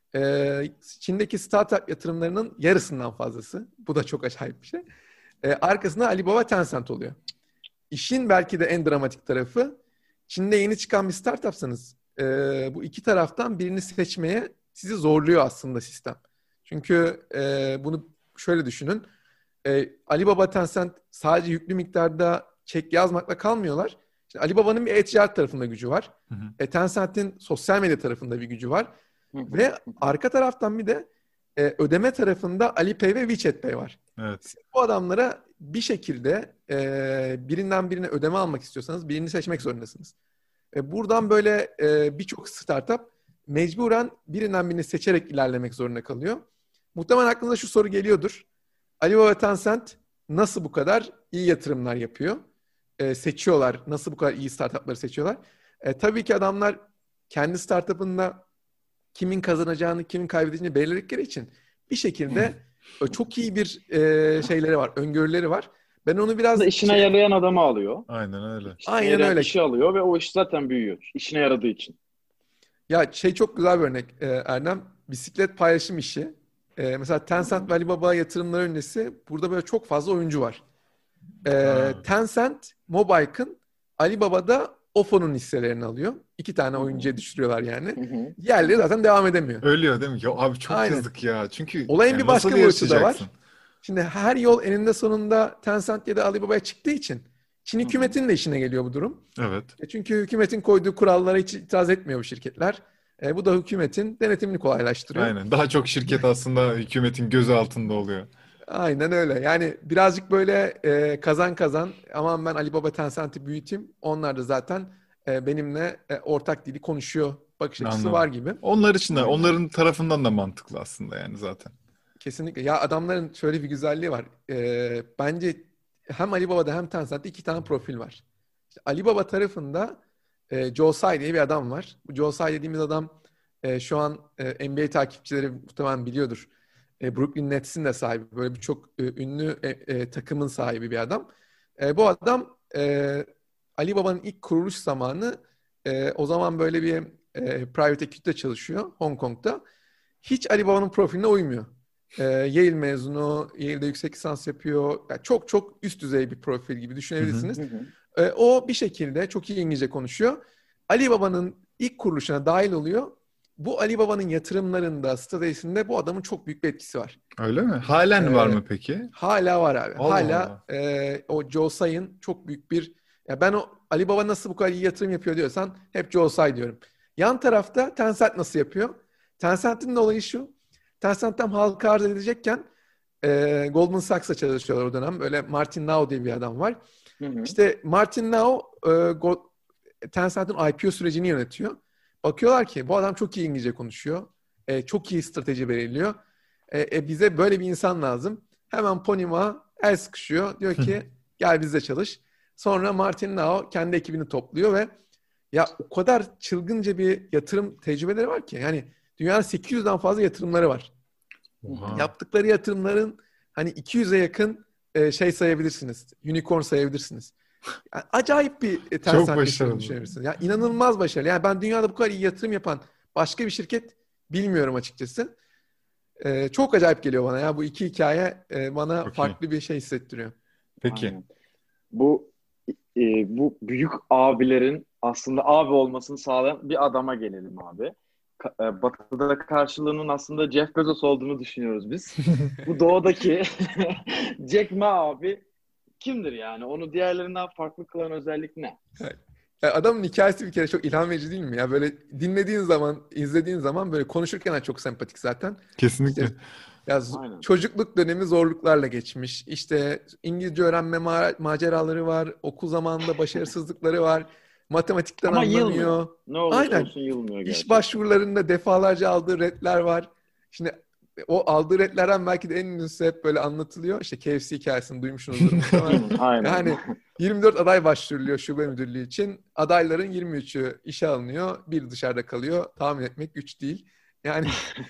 E, Çin'deki startup yatırımlarının yarısından fazlası. Bu da çok acayip bir şey. E, arkasında Alibaba, Tencent oluyor. İşin belki de en dramatik tarafı Çin'de yeni çıkan bir startupsanız e, bu iki taraftan birini seçmeye sizi zorluyor aslında sistem. Çünkü e, bunu şöyle düşünün. E, Alibaba, Tencent sadece yüklü miktarda çek yazmakla kalmıyorlar. Şimdi Alibaba'nın bir e-ticaret tarafında gücü var. Hı hı. E, Tencent'in sosyal medya tarafında bir gücü var. Ve arka taraftan bir de e, ödeme tarafında Alipay ve WeChat Pay var. Evet. Siz bu adamlara bir şekilde e, birinden birine ödeme almak istiyorsanız birini seçmek zorundasınız. E, buradan böyle e, birçok startup mecburen birinden birini seçerek ilerlemek zorunda kalıyor. Muhtemelen aklınıza şu soru geliyordur. Alibaba ve Tencent nasıl bu kadar iyi yatırımlar yapıyor? E, seçiyorlar. Nasıl bu kadar iyi startupları seçiyorlar? E, tabii ki adamlar kendi startup'ında kimin kazanacağını, kimin kaybedeceğini belirledikleri için bir şekilde hmm. çok iyi bir e, şeyleri var, öngörüleri var. Ben onu biraz... İşine şey... yarayan adamı alıyor. Aynen öyle. İşine Aynen öyle. İşi alıyor ve o iş zaten büyüyor. İşine yaradığı için. Ya şey çok güzel bir örnek e, Erdem. Bisiklet paylaşım işi. E, mesela Tencent ve Alibaba yatırımları öncesi burada böyle çok fazla oyuncu var. E, Tencent, Mobike'ın Alibaba'da Offo'nun hisselerini alıyor. İki tane oyuncuya düşürüyorlar yani. Diğerleri zaten devam edemiyor. Ölüyor değil mi? Ya abi çok Aynen. yazık ya. Çünkü olayın yani bir başka boyutu da var. yaşayacaksın? Şimdi her yol eninde sonunda Tencent ya da Alibaba'ya çıktığı için Çin hükümetinin de işine geliyor bu durum. Evet. E çünkü hükümetin koyduğu kurallara hiç itiraz etmiyor bu şirketler. E, bu da hükümetin denetimini kolaylaştırıyor. Aynen. Daha çok şirket aslında hükümetin gözü altında oluyor. Aynen öyle. Yani birazcık böyle e, kazan kazan. Aman ben Alibaba Tencent'i büyüteyim. Onlar da zaten e, benimle e, ortak dili konuşuyor. Bakış açısı Anladım. var gibi. Onlar için de, onların tarafından da mantıklı aslında yani zaten. Kesinlikle. Ya adamların şöyle bir güzelliği var. E, bence hem Alibaba'da hem Tencent'te iki tane profil var. İşte Alibaba tarafında e, Joe Tsai diye bir adam var. Bu Joe Tsai dediğimiz adam e, şu an e, N B A takipçileri muhtemelen biliyordur. E, Brooklyn Nets'in de sahibi. Böyle birçok e, ünlü e, e, takımın sahibi bir adam. E, bu adam e, Alibaba'nın ilk kuruluş zamanı e, o zaman böyle bir e, private equity'de çalışıyor Hong Kong'da. Hiç Alibaba'nın profiline uymuyor. E, Yale mezunu, Yale'de yüksek lisans yapıyor. Yani çok çok üst düzey bir profil gibi düşünebilirsiniz. Hı hı. E, o bir şekilde çok iyi İngilizce konuşuyor. Alibaba'nın ilk kuruluşuna dahil oluyor. Bu Alibaba'nın yatırımlarında, stratejisinde bu adamın çok büyük bir etkisi var. Öyle mi? Halen ee, var mı peki? Hala var abi. Allah hala Allah. E, o Joe Tsai'ın çok büyük bir... Ya ben o Alibaba nasıl bu kadar iyi yatırım yapıyor diyorsan hep Joe Tsai diyorum. Yan tarafta Tencent nasıl yapıyor? Tencent'in de olayı şu. Tencent tam halka arz edecekken e, Goldman Sachs'la çalışıyorlar o dönem. Böyle Martin Lau diye bir adam var. Hı hı. İşte Martin Lau e, Go- Tencent'in I P O sürecini yönetiyor. Bakıyorlar ki bu adam çok iyi İngilizce konuşuyor. E, çok iyi strateji belirliyor. E, e, bize böyle bir insan lazım. Hemen Ponyma el sıkışıyor. Diyor ki gel bizle çalış. Sonra Martin Lau kendi ekibini topluyor ve ya o kadar çılgınca bir yatırım tecrübeleri var ki. Yani dünyada sekiz yüzden fazla yatırımları var. Oha. Yaptıkları yatırımların hani iki yüze yakın e, şey sayabilirsiniz. Unicorn sayabilirsiniz. Yani acayip bir e, Tencent yatırım düşünebilirsiniz. Yani inanılmaz başarılı. Yani ben dünyada bu kadar iyi yatırım yapan başka bir şirket bilmiyorum açıkçası. E, çok acayip geliyor bana ya. Bu iki hikaye e, bana okay. farklı bir şey hissettiriyor. Peki. Aynen. Bu e, bu büyük abilerin aslında abi olmasını sağlayan bir adama gelelim abi. Batı'da karşılığının aslında Jeff Bezos olduğunu düşünüyoruz biz. Bu doğudaki Jack Ma abi kimdir yani? Onu diğerlerinden farklı kılan özellik ne? Evet. Adamın hikayesi bir kere çok ilham verici değil mi? Ya böyle dinlediğin zaman, izlediğin zaman böyle konuşurken çok sempatik zaten. Kesinlikle. İşte, ya çocukluk dönemi zorluklarla geçmiş. İşte İngilizce öğrenme ma- maceraları var. Okul zamanında başarısızlıkları var. Matematikten ama anlamıyor. Yılmıyor. Ne olursa Aynen. olsun yılmıyor gerçekten. İş başvurularında defalarca aldığı retler var. Şimdi o aldığı retlerden belki de en ünlüsü hep böyle anlatılıyor. İşte K F C hikayesini duymuşsunuzdur muhtemelen. Aynen. Yani yirmi dört aday başvuruluyor şube müdürlüğü için. Adayların yirmi üçü işe alınıyor. Bir dışarıda kalıyor. Tahmin etmek güç değil. Yani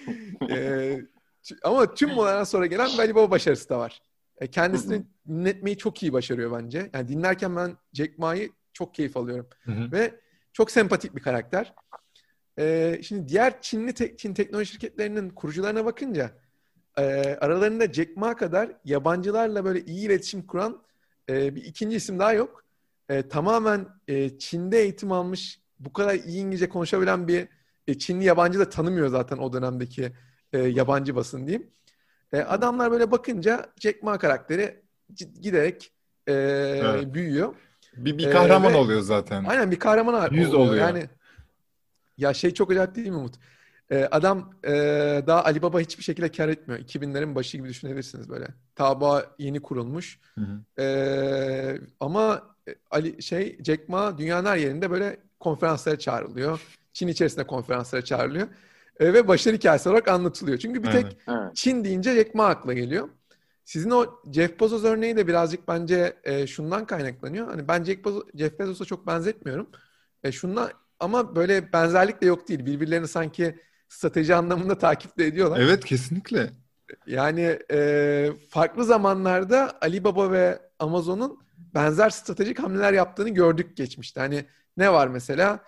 e, ama tüm bunlardan sonra gelen belli bir başarısı da var. E, kendisini dinletmeyi çok iyi başarıyor bence. Yani dinlerken ben Jack Ma'yı çok keyif alıyorum. Hı hı. Ve çok sempatik bir karakter. Ee, şimdi diğer Çinli te- Çin teknoloji şirketlerinin kurucularına bakınca e, aralarında Jack Ma kadar yabancılarla böyle iyi iletişim kuran e, bir ikinci isim daha yok. E, tamamen e, Çin'de eğitim almış, bu kadar iyi İngilizce konuşabilen bir e, Çinli yabancı da tanımıyor zaten o dönemdeki e, yabancı basın diyeyim. E, adamlar böyle bakınca Jack Ma karakteri c- giderek e, evet. büyüyor. Bir, bir kahraman ee, ve, oluyor zaten. Aynen bir kahraman Yüz oluyor. oluyor. Yani ya şey çok acayip değil mi Umut? E, adam e, daha Alibaba hiçbir şekilde kar etmiyor. iki binlerin başı gibi düşünebilirsiniz böyle. Tabağı yeni kurulmuş. Hı hı. E, ama Ali şey Jack Ma dünyanın her yerinde böyle konferanslara çağrılıyor. Çin içerisinde konferanslara çağrılıyor. E, ve başarı hikayesi olarak anlatılıyor. Çünkü bir Aynen. tek Evet. Çin deyince Jack Ma akla geliyor. Sizin o Jeff Bezos örneği de birazcık bence e, şundan kaynaklanıyor. Hani ben Jeff, Bezos, Jeff Bezos'a çok benzetmiyorum. E, şundan ama böyle benzerlik de yok değil. Birbirlerini sanki strateji anlamında takip de ediyorlar. Evet, kesinlikle. Yani e, farklı zamanlarda Alibaba ve Amazon'un benzer stratejik hamleler yaptığını gördük geçmişte. Hani ne var mesela?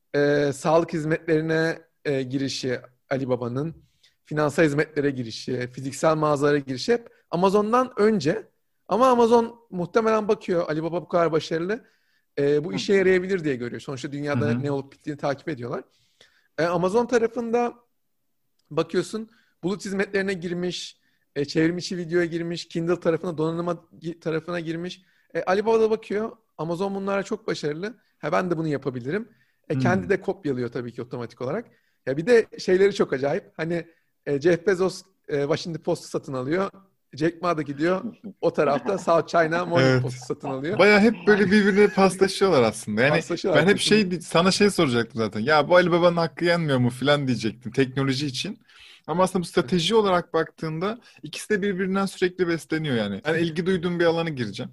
E, sağlık hizmetlerine e, girişi Alibaba'nın, finansal hizmetlere girişi, fiziksel mağazalara girişi hep Amazon'dan önce. Ama Amazon muhtemelen bakıyor Alibaba bu kadar başarılı. E, bu işe yarayabilir diye görüyor. Sonuçta dünyada Hı hı. ne olup bittiğini takip ediyorlar. E, Amazon tarafında bakıyorsun bulut hizmetlerine girmiş, e, çevrimiçi videoya girmiş, Kindle tarafına, donanıma gi- tarafına girmiş. E, Alibaba da bakıyor, Amazon bunlara çok başarılı. Ha, ben de bunu yapabilirim. E, Hmm. kendi de kopyalıyor tabii ki otomatik olarak. Ya bir de şeyleri çok acayip. Hani e, Jeff Bezos e, Washington Post'u satın alıyor. Jack Ma da gidiyor. O tarafta South China Morning Evet. Post'u satın alıyor. Baya hep böyle birbirine paslaşıyorlar aslında. Yani Paslaşıyorlar ben hep kesinlikle. şey sana şey soracaktım zaten. Ya bu Alibaba'nın hakkı yenmiyor mu falan diyecektim teknoloji için. Ama aslında bu strateji olarak baktığında ikisi de birbirinden sürekli besleniyor yani. Yani ilgi duyduğum bir alana gireceğim.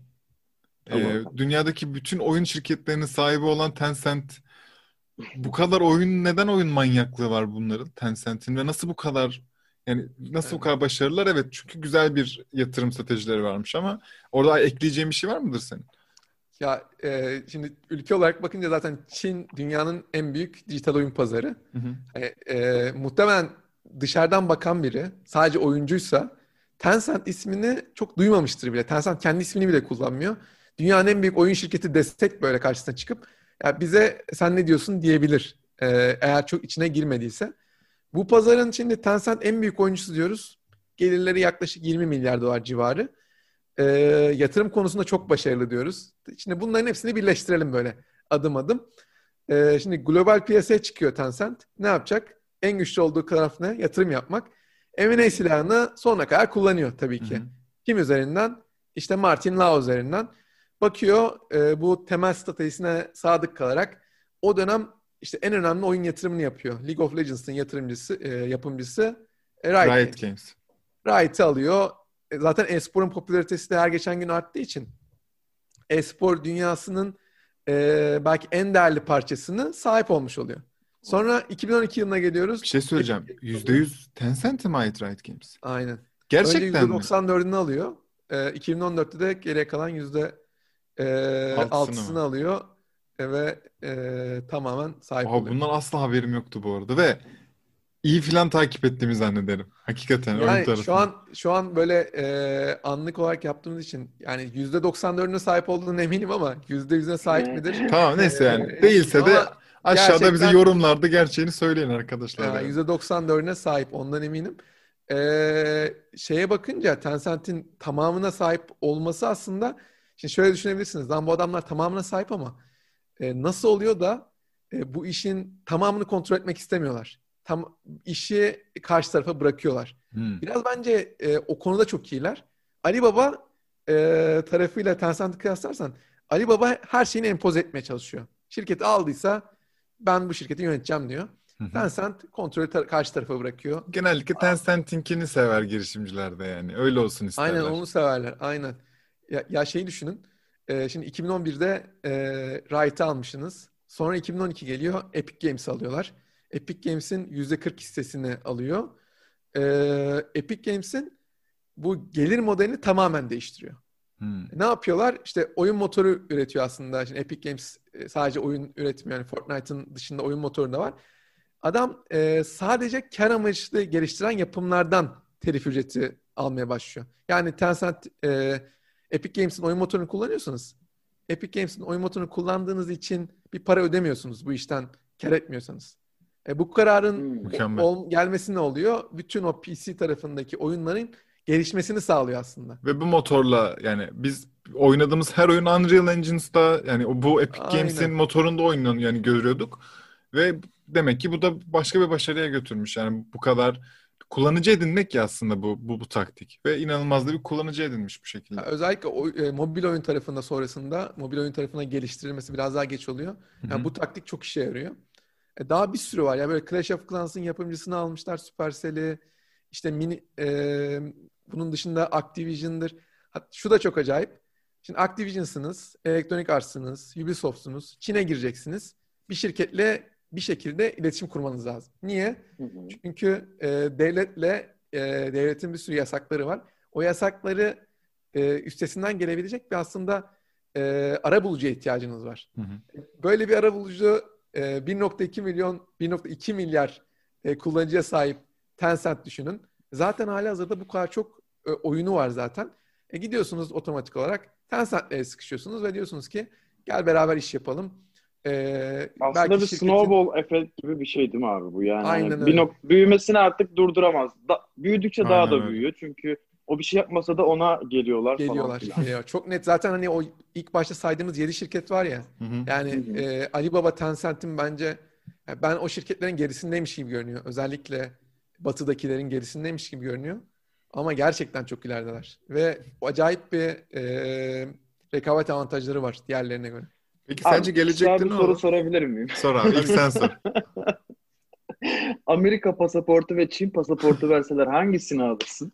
Ee, Tamam. dünyadaki bütün oyun şirketlerinin sahibi olan Tencent, bu kadar oyun neden oyun manyaklığı var bunların, Tencent'in, ve nasıl bu kadar, yani nasıl bu Evet. kadar başarılılar? Evet, çünkü güzel bir yatırım stratejileri varmış ama orada ekleyeceğim bir şey var mıdır senin? Ya e, şimdi ülke olarak bakınca zaten Çin dünyanın en büyük dijital oyun pazarı. Hı hı. Hani, e, muhtemelen dışarıdan bakan biri sadece oyuncuysa Tencent ismini çok duymamıştır bile. Tencent kendi ismini bile kullanmıyor. Dünyanın en büyük oyun şirketi destek böyle karşısına çıkıp ya bize sen ne diyorsun diyebilir. E, eğer çok içine girmediyse. Bu pazarın şimdi Tencent en büyük oyuncusu diyoruz. Gelirleri yaklaşık yirmi milyar dolar civarı. E, yatırım konusunda çok başarılı diyoruz. Şimdi bunların hepsini birleştirelim böyle adım adım. E, şimdi global piyasaya çıkıyor Tencent. Ne yapacak? En güçlü olduğu taraf ne? Yatırım yapmak. M and A silahını sonuna kadar kullanıyor tabii Hı ki. hı. Kim üzerinden? İşte Martin Lau üzerinden. Bakıyor e, bu temel stratejisine sadık kalarak o dönem işte en önemli oyun yatırımını yapıyor. League of Legends'ın yatırımcısı, e, yapımcısı e, Riot Riot Games. Games. Riot'ı alıyor. E, Zaten e-sporun popülaritesi de her geçen gün arttığı için e-spor dünyasının e, belki en değerli parçasını sahip olmuş oluyor. Sonra iki bin on iki yılına geliyoruz. Bir şey Epic söyleyeceğim. Games yüzde alıyor. yüz Tencent'e mi ait Riot Games? Aynen. Önce Gerçekten mi? yüzde doksan dördünü alıyor. E, iki bin on dörtte de geriye kalan yüzde Altısını altısını mı? alıyor. E, ve e, tamamen sahip Oha, oluyor. bundan asla haberim yoktu bu arada ve iyi filan takip ettiğimi zannederim. Hakikaten oyun Yani şu tarafını. an şu an böyle e, anlık olarak yaptığımız için yani yüzde doksan dördüne sahip olduğunu eminim ama yüzde yüzüne sahip midir? Tamam, neyse, yani E, değilse de ama aşağıda bize gerçekten yorumlarda gerçeğini söyleyin arkadaşlar yani. yüzde doksan dördüne sahip ondan eminim. E, şeye bakınca Tencent'in tamamına sahip olması aslında şimdi şöyle düşünebilirsiniz. Lan bu adamlar tamamına sahip ama e, nasıl oluyor da e, bu işin tamamını kontrol etmek istemiyorlar. Tam işi karşı tarafa bırakıyorlar. Hmm. Biraz bence e, o konuda çok iyiler. Alibaba e, tarafıyla Tencent'i kıyaslarsan Alibaba her şeyini empoze etmeye çalışıyor. Şirketi aldıysa ben bu şirketi yöneteceğim diyor. Hı hı. Tencent kontrolü ta- karşı tarafa bırakıyor. Genellikle Tencent'inkini sever girişimciler de yani. Öyle olsun Aynen isterler. onu severler. Aynen. Ya, ya şeyi düşünün. E, şimdi iki bin on birde e, Riot'ı almışsınız. Sonra iki bin on iki geliyor. Epic Games alıyorlar. Epic Games'in yüzde kırk hissesini alıyor. E, Epic Games'in bu gelir modelini tamamen değiştiriyor. Hmm. Ne yapıyorlar? İşte oyun motoru üretiyor aslında. Şimdi Epic Games e, sadece oyun üretmiyor. Yani Fortnite'ın dışında oyun motoru da var. Adam e, sadece kar amaçlı geliştiren yapımlardan telif ücreti almaya başlıyor. Yani Tencent e, Epic Games'in oyun motorunu kullanıyorsanız Epic Games'in oyun motorunu kullandığınız için bir para ödemiyorsunuz bu işten kar etmiyorsanız. E, bu kararın Hmm. Mükemmel. ol, gelmesi ne oluyor? Bütün o P C tarafındaki oyunların gelişmesini sağlıyor aslında. Ve bu motorla yani biz oynadığımız her oyun Unreal Engine'da, yani o- bu Epic Games'in Aynen. motorunda oynanan yani görüyorduk. Ve demek ki bu da başka bir başarıya götürmüş. Yani bu kadar kullanıcı edinmek ya aslında bu bu bu taktik ve inanılmaz da bir kullanıcı edinmiş bu şekilde. Ya özellikle o, e, mobil oyun tarafında sonrasında mobil oyun tarafına geliştirilmesi biraz daha geç oluyor. Hı Yani hı. bu taktik çok işe yarıyor. E, daha bir sürü var. Ya böyle Clash of Clans'ın yapımcısını almışlar, Supercell'i. İşte mini e, bunun dışında Activision'dır. Hat- Şu da çok acayip. Şimdi Activision'sınız, Electronic Arts'sınız, Ubisoft'sunuz. Çin'e gireceksiniz. Bir şirketle bir şekilde iletişim kurmanız lazım. Niye? Hı hı. Çünkü e, devletle e, devletin bir sürü yasakları var. O yasakları e, üstesinden gelebilecek bir aslında e, arabulucuya ihtiyacınız var. Hı hı. Böyle bir arabulucu e, bir nokta iki milyon, bir nokta iki milyar e, kullanıcıya sahip Tencent düşünün. Zaten halihazırda bu kadar çok e, oyunu var zaten. E, gidiyorsunuz otomatik olarak Tencent'le sıkışıyorsunuz ve diyorsunuz ki gel beraber iş yapalım. E, Aslında belki bir şirketin snowball efekt gibi bir şey değil mi abi bu? Yani aynen hani bir öyle. nok büyümesini artık durduramaz. Da büyüdükçe daha Aynen da öyle. büyüyor. Çünkü o bir şey yapmasa da ona geliyorlar falan Geliyorlar. filan. Geliyor. Çok net. Zaten hani o ilk başta saydığımız yedi şirket var ya. Hı hı. Yani Hı hı. e, Alibaba, Tencent'in bence yani ben o şirketlerin gerisindeymiş gibi görünüyor. Özellikle batıdakilerin gerisindeymiş gibi görünüyor. Ama gerçekten çok ilerideler. Ve acayip bir e, rekabet avantajları var diğerlerine göre. Peki Abi sence kısa gelecekte bir ne soru olur? sorabilir miyim? Sor abi. İlk Tabii. sen sor. Amerika pasaportu ve Çin pasaportu verseler hangisini alırsın?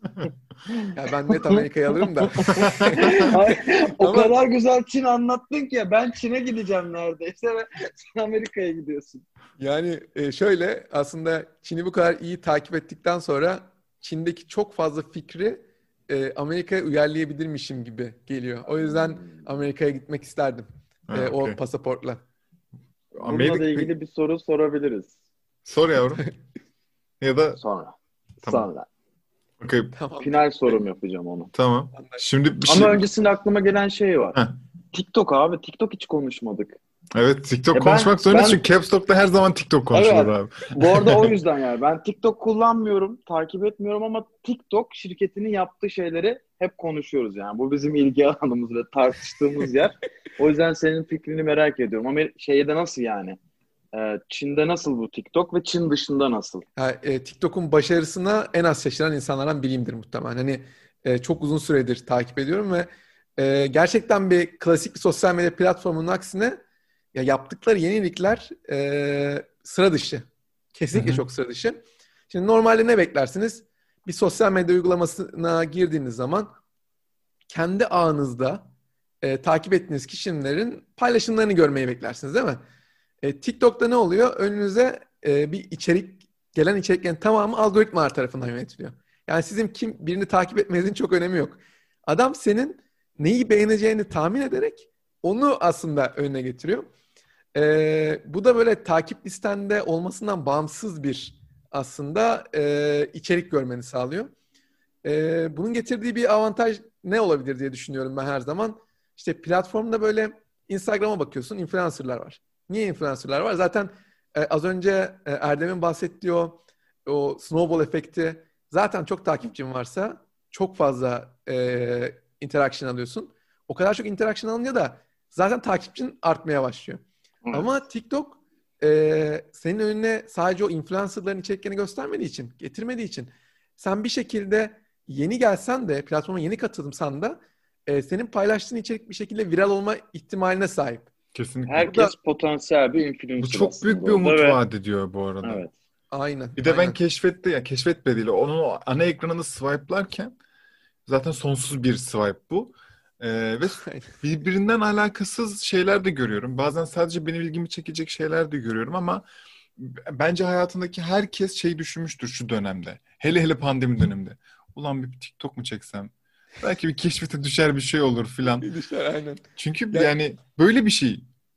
Ya ben net Amerika'yı alırım da. Ay, o Ama kadar güzel Çin anlattın ki ben Çin'e gideceğim neredeyse ve sen Amerika'ya gidiyorsun. yani e, şöyle aslında Çin'i bu kadar iyi takip ettikten sonra Çin'deki çok fazla fikri e, Amerika'ya uyarlayabilirmişim gibi geliyor. O yüzden Amerika'ya gitmek isterdim e, Ha, o okey. pasaportla. Bununla da Amerika ilgili bir soru sorabiliriz. sor yavrum. Ya da Sonra. tamam. Sonra. Okey. Tamamdır. Final sorum yapacağım onu. Tamam. Anlaştık. Şimdi bir Ama şey... öncesinde aklıma gelen şey var. Heh. TikTok abi. TikTok hiç konuşmadık. Evet, TikTok Ya ben konuşmak zorunda ben çünkü Caps Lock'ta her zaman TikTok konuşulur evet. abi. Bu arada o yüzden yani ben TikTok kullanmıyorum, takip etmiyorum ama TikTok şirketinin yaptığı şeyleri hep konuşuyoruz yani. Bu bizim ilgi alanımız ve tartıştığımız yer. O yüzden senin fikrini merak ediyorum. Ama şeyde nasıl yani? Ee, Çin'de nasıl bu TikTok ve Çin dışında nasıl? Ha, e, TikTok'un başarısına en az şaşıran insanlardan biriyimdir muhtemelen. Hani e, çok uzun süredir takip ediyorum ve e, gerçekten bir klasik bir sosyal medya platformunun aksine ya yaptıkları yenilikler e, sıra dışı. Hı Kesinlikle hı. çok sıra dışı. Şimdi normalde ne beklersiniz? Bir sosyal medya uygulamasına girdiğiniz zaman kendi ağınızda e, takip ettiğiniz kişilerin paylaşımlarını görmeyi beklersiniz değil mi? E, TikTok'ta ne oluyor? Önünüze e, bir içerik, gelen içeriklerin tamamı algoritmalar tarafından yönetiliyor. Yani sizin kim birini takip etmenizin çok önemi yok. Adam senin neyi beğeneceğini tahmin ederek onu aslında önüne getiriyor. E, bu da böyle takip listende olmasından bağımsız bir aslında e, içerik görmeni sağlıyor. E, bunun getirdiği bir avantaj ne olabilir diye düşünüyorum ben her zaman. İşte platformda böyle Instagram'a bakıyorsun, influencerlar var. Niye influencerlar var? Zaten e, az önce e, Erdem'in bahsettiği o, o snowball efekti zaten çok takipçin varsa çok fazla e, interaction alıyorsun. O kadar çok interaction alınca da zaten takipçin artmaya başlıyor. Evet. Ama TikTok e, senin önüne sadece o influencerların içeriklerini göstermediği için, getirmediği için sen bir şekilde yeni gelsen de, platforma yeni katılımsan da e, senin paylaştığın içerik bir şekilde viral olma ihtimaline sahip. Kesinlikle. Bu da Herkes potansiyel bir Bu influencer çok büyük aslında bir orada umut ve vaat ediyor bu arada. evet. aynen, Bir de ben aynen. keşfetti ya keşfetmediğiyle onun o ana ekranını swipe'larken zaten sonsuz bir swipe bu. Ee, ve Aynen. birbirinden alakasız şeyler de görüyorum. Bazen sadece benim ilgimi çekecek şeyler de görüyorum ama bence hayatındaki herkes şey düşünmüştür şu dönemde. Hele hele pandemi döneminde. Ulan bir TikTok mu çeksem? Belki bir keşfete düşer bir şey olur filan. Bir düşer, aynen. Çünkü Ya, yani böyle bir şey.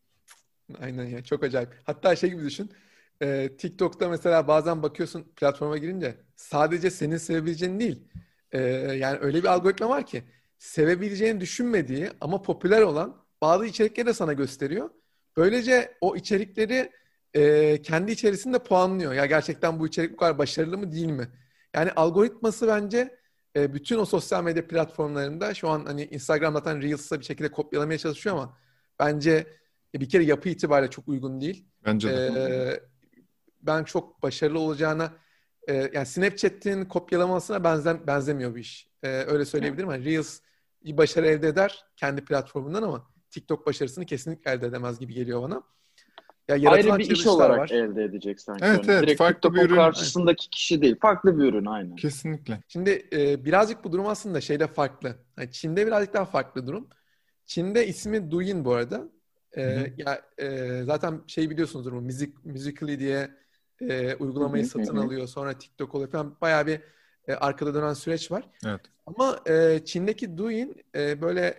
aynen ya, çok acayip. Hatta şey gibi düşün. e, TikTok'ta mesela bazen bakıyorsun platforma girince sadece senin sevebileceğin değil. E, yani öyle bir algoritma var ki sevebileceğini düşünmediği ama popüler olan bazı içerikleri de sana gösteriyor. Böylece o içerikleri e, kendi içerisinde puanlıyor. Ya gerçekten bu içerik bu kadar başarılı mı değil mi? Yani algoritması bence e, bütün o sosyal medya platformlarında şu an hani Instagram zaten Reels'a bir şekilde kopyalamaya çalışıyor ama bence e, bir kere yapı itibariyle çok uygun değil. Bence de. Ee, ben çok başarılı olacağına e, yani Snapchat'in kopyalamasına benzen, benzemiyor bu iş. E, öyle söyleyebilirim. Yani Reels bir başarı elde eder kendi platformundan ama TikTok başarısını kesinlikle elde edemez gibi geliyor bana. Ya Ayrı yaratılan bir iş challenge'lar olarak var. elde edecek sanki Evet onu. evet Direkt farklı bir TikTok'un ürün. karşısındaki kişi değil. Farklı bir ürün aynen. Kesinlikle. Şimdi e, birazcık bu durum aslında şeyde farklı. Yani Çin'de birazcık daha farklı durum. Çin'de ismi Douyin bu arada. E, Hı hı. ya e, zaten şey biliyorsunuzdur bu Music, Musical.ly diye e, uygulamayı Hı hı, satın hı. alıyor. Sonra TikTok oluyor falan. Bayağı bir e, arkada dönen süreç var. Evet. Ama e, Çin'deki Douyin e, böyle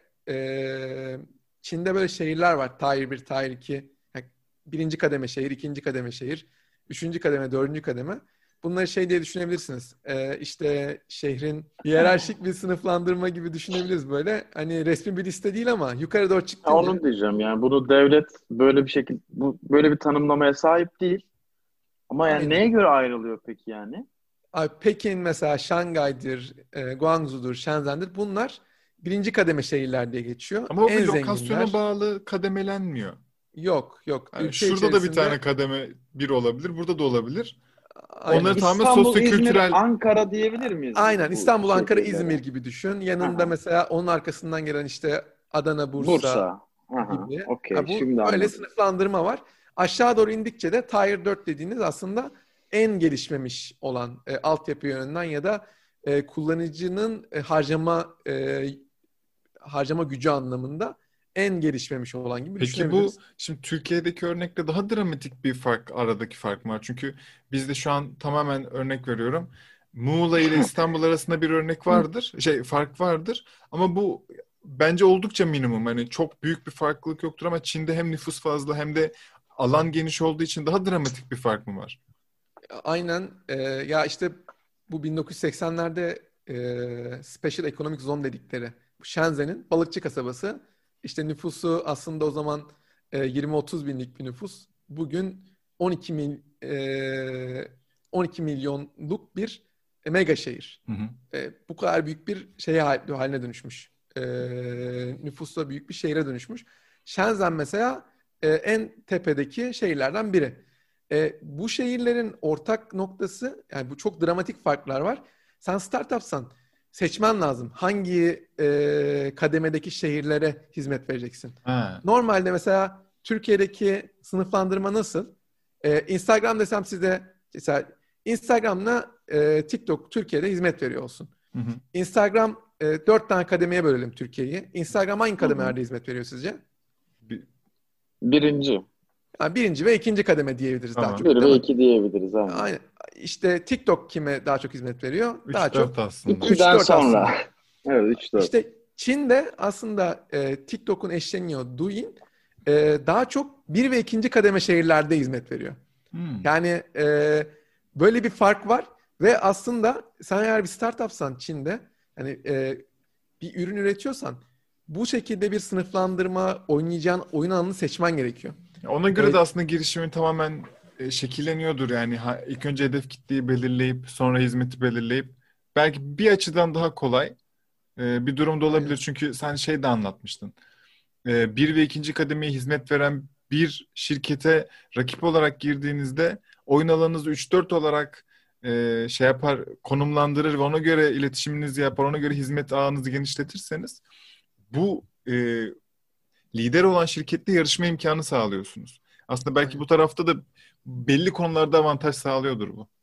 e, Çin'de böyle şehirler var. Tier bir, Tier iki. Yani birinci kademe şehir, ikinci kademe şehir, üçüncü kademe, dördüncü kademe. Bunları şey diye düşünebilirsiniz. Ee, işte şehrin hiyerarşik bir sınıflandırma gibi düşünebiliriz böyle. Hani resmi bir liste değil ama yukarı doğru Ya çıktınca onu diyeceğim yani bunu devlet böyle bir şekilde bu böyle bir tanımlamaya sahip değil. Ama yani aynen. neye göre ayrılıyor peki yani? Abi Pekin mesela Şangay'dır, e, Guangzhou'dur, Shenzhen'dir. Bunlar birinci kademe şehirler diye geçiyor. Ama o En bir lokasyona zenginler bağlı kademelenmiyor. yok yok. Yani Ülke şurada da bir tane içerisinde kademe bir olabilir, burada da olabilir. Yani Onları aynen. tamamen İstanbul, İzmir, sosyokültürel. Ankara diyebilir miyiz bu, Aynen bu İstanbul, Ankara, İzmir şehirlere? gibi düşün. Yanında Aha. mesela onun arkasından gelen işte Adana, Bursa Bursa. Aha. gibi. Okey. Ha, bu Şimdi böyle anladım. sınıflandırma var. Aşağı doğru indikçe de Tier dört dediğiniz aslında en gelişmemiş olan e, altyapı yönünden ya da e, kullanıcının e, harcama e, harcama gücü anlamında en gelişmemiş olan gibi Peki bu düşünebiliriz. şimdi Türkiye'deki örnekte daha dramatik bir fark, aradaki fark var. Çünkü bizde şu an tamamen örnek veriyorum. Muğla ile İstanbul arasında bir örnek vardır. Şey fark vardır. Ama bu bence oldukça minimum. Hani çok büyük bir farklılık yoktur ama Çin'de hem nüfus fazla hem de alan geniş olduğu için daha dramatik bir fark mı var? Aynen. E, ya işte bu bin dokuz yüz seksenlerde e, Special Economic Zone dedikleri bu Shenzhen'in balıkçı kasabası. İşte nüfusu aslında o zaman e, yirmi otuz binlik bir nüfus. Bugün on iki mil, e, on iki milyonluk bir e, mega şehir. Hı hı. E, bu kadar büyük bir şeye haline dönüşmüş. E, nüfusla büyük bir şehre dönüşmüş. Shenzhen mesela e, en tepedeki şehirlerden biri. E, bu şehirlerin ortak noktası, yani bu çok dramatik farklar var. Sen startupsan seçmen lazım. Hangi e, kademedeki şehirlere hizmet vereceksin? Ha. Normalde mesela Türkiye'deki sınıflandırma nasıl? E, Instagram desem size mesela Instagram'la e, TikTok Türkiye'de hizmet veriyor olsun. Hı hı. Instagram e, dört tane kademeye bölelim Türkiye'yi. Instagram hangi Hı hı. kademelerde hizmet veriyor sizce? Bir- Birinci. Yani birinci ve ikinci kademe diyebiliriz daha Tamam. çok, Bir değil ve mi? iki diyebiliriz aynen. Aynen. İşte TikTok kime daha çok hizmet veriyor? Daha üç dört çok aslında. üç İkiden dört sonra. aslında. Evet üç dört. İşte Çin'de aslında e, TikTok'un eşleniyor Douyin e, daha çok bir ve ikinci kademe şehirlerde hizmet veriyor. Hmm. Yani e, böyle bir fark var ve aslında sen eğer bir startupsan Çin'de hani e, bir ürün üretiyorsan bu şekilde bir sınıflandırma oynayacağın oyun alanını seçmen gerekiyor. Ona göre E, de aslında girişimin tamamen e, şekilleniyordur. Yani ha, ilk önce hedef kitleyi belirleyip sonra hizmeti belirleyip belki bir açıdan daha kolay e, bir durumda aynen. olabilir. Çünkü sen şey de anlatmıştın. E, bir ve ikinci kademeye hizmet veren bir şirkete rakip olarak girdiğinizde oyun alanınızı üç dört olarak e, şey yapar, konumlandırır ve ona göre iletişiminizi yapar, ona göre hizmet ağınızı genişletirseniz bu e, lider olan şirketle yarışma imkanı sağlıyorsunuz. Aslında belki Aynen. bu tarafta da belli konularda avantaj sağlıyordur bu.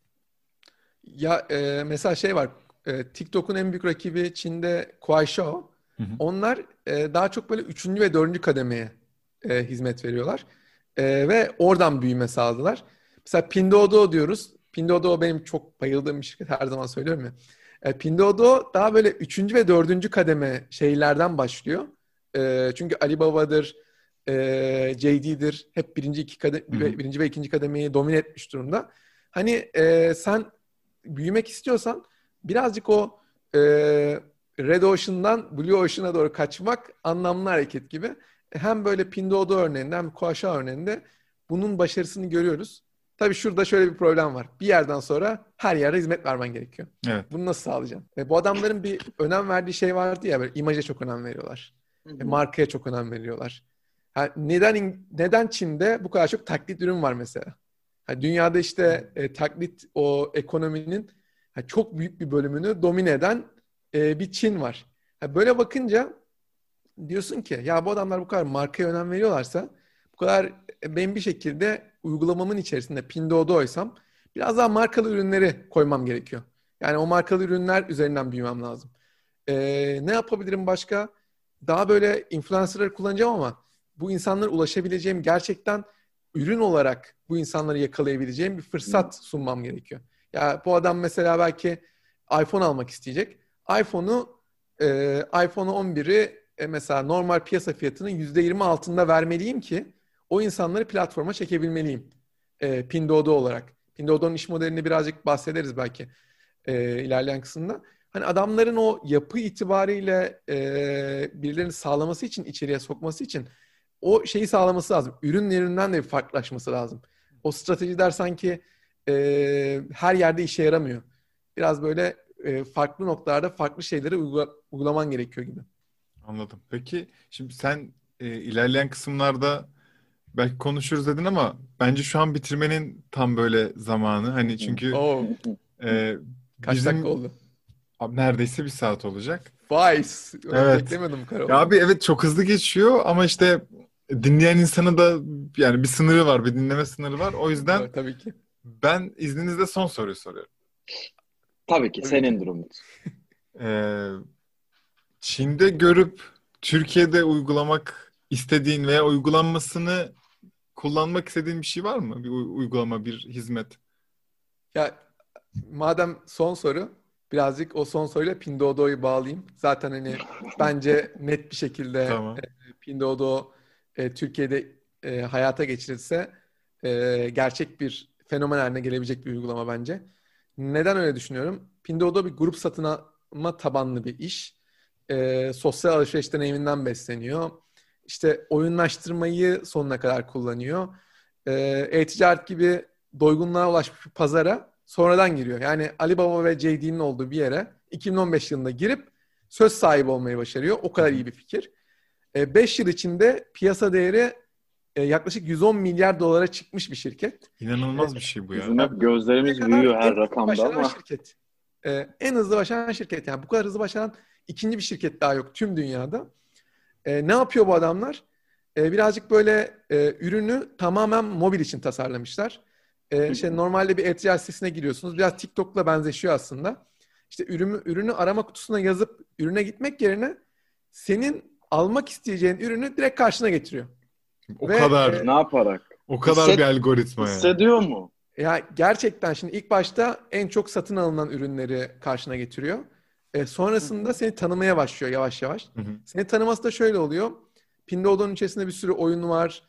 Ya e, mesela şey var. E, TikTok'un en büyük rakibi Çin'de Kuaishou. Hı hı. Onlar e, daha çok böyle üçüncü ve dördüncü kademeye e, hizmet veriyorlar. E, ve oradan büyüme sağladılar. Mesela Pinduoduo diyoruz. Pinduoduo benim çok bayıldığım bir şirket. Her zaman söylüyorum ya. E, Pinduoduo daha böyle üçüncü ve dördüncü kademe şeylerden başlıyor. E, çünkü Alibaba'dır, e, J D'dir. Hep birinci, iki kade- Hı hı. birinci ve ikinci kademeyi domine etmiş durumda. Hani e, sen büyümek istiyorsan birazcık o e, Red Ocean'dan Blue Ocean'a doğru kaçmak anlamlı hareket gibi. Hem böyle Pinduoduo örneğinde hem Kuaishou örneğinde bunun başarısını görüyoruz. Tabii şurada şöyle bir problem var. Bir yerden sonra her yere hizmet vermen gerekiyor. Evet. Bunu nasıl sağlayacaksın? E, bu adamların bir önem verdiği şey vardı ya, böyle imaja çok önem veriyorlar. Hı E, hı. markaya çok önem veriyorlar. Ha, neden neden Çin'de bu kadar çok taklit ürün var mesela? Ha, dünyada işte e, taklit o ekonominin ha, çok büyük bir bölümünü domine eden e, bir Çin var. Ha, böyle bakınca diyorsun ki ya bu adamlar bu kadar markaya önem veriyorlarsa bu kadar e, ben bir şekilde uygulamamın içerisinde Pinduoduo'ysam biraz daha markalı ürünleri koymam gerekiyor. Yani o markalı ürünler üzerinden büyümem lazım. E, ne yapabilirim başka? Daha böyle influencer'ları kullanacağım ama bu insanlara ulaşabileceğim gerçekten ürün olarak bu insanları yakalayabileceğim bir fırsat sunmam gerekiyor. Ya bu adam mesela belki iPhone almak isteyecek. iPhone'u e, iPhone on biri e, mesela normal piyasa fiyatının yüzde yirmi altında vermeliyim ki o insanları platforma çekebilmeliyim. E, Pinduoduo olarak. Pinduoduo'nun iş modelini birazcık bahsederiz belki e, ilerleyen kısımda. Hani adamların o yapı itibariyle e, birilerini sağlaması için, içeriye sokması için o şeyi sağlaması lazım. Ürünlerinden de bir farklılaşması lazım. O stratejiler sanki e, her yerde işe yaramıyor. Biraz böyle e, farklı noktalarda farklı şeyleri uygula- uygulaman gerekiyor gibi. Anladım. Peki şimdi sen e, ilerleyen kısımlarda belki konuşuruz dedin ama bence şu an bitirmenin tam böyle zamanı. Hani çünkü Oo, e, kaç dakika bizim oldu? abi neredeyse bir saat olacak. Vice. Evet. Beklemiyordum bu kadar Ya oldu. abi evet çok hızlı geçiyor ama işte dinleyen insanı da yani bir sınırı var, bir dinleme sınırı var. O yüzden Var, tabii ki. ben izninizle son soruyu soruyorum. Tabii ki Tabii ki. senin durumun. Ee, Çin'de görüp Türkiye'de uygulamak istediğin veya uygulanmasını kullanmak istediğin bir şey var mı? Bir uy- uygulama, bir hizmet. Ya madem son soru, birazcık o son soruyla Pinduoduo'yu bağlayayım. Zaten hani bence net bir şekilde Tamam. e, Pinduoduo e, Türkiye'de e, hayata geçirilse e, gerçek bir fenomen haline gelebilecek bir uygulama bence. Neden öyle düşünüyorum? Pinduoduo bir grup satın alma tabanlı bir iş. E, sosyal alışveriş deneyiminden besleniyor. İşte oyunlaştırmayı sonuna kadar kullanıyor. E, e-ticaret gibi doygunluğa ulaşmış bir pazara sonradan giriyor. Yani Alibaba ve J D'nin olduğu bir yere iki bin on beş yılında girip söz sahibi olmayı başarıyor. O Hı kadar hı. iyi bir fikir. beş yıl içinde piyasa değeri e, yaklaşık yüz on milyar dolara çıkmış bir şirket. E, İnanılmaz bir şey bu ya. Bizim hep bugüne gözlerimiz kadar büyüyor en her hızlı rakamda başaran ama şirket. E, en hızlı başaran şirket. Yani bu kadar hızlı başaran ikinci bir şirket daha yok tüm dünyada. E, ne yapıyor bu adamlar? E, birazcık böyle e, ürünü tamamen mobil için tasarlamışlar. E, işte normalde bir e-ticaret sitesine giriyorsunuz. Biraz TikTok'la benzeşiyor aslında. İşte ürünü, ürünü arama kutusuna yazıp ürüne gitmek yerine senin almak isteyeceğin ürünü direkt karşına getiriyor. O Ve kadar, e, ne yaparak? o kadar bir Hisset, algoritma ya. hissediyor mu? ya gerçekten şimdi ilk başta en çok satın alınan ürünleri karşına getiriyor. E, Hı sonrasında hı. seni tanımaya başlıyor yavaş yavaş. Hı hı. Seni tanıması da şöyle oluyor. Pinduoduo'nun içerisinde bir sürü oyun var.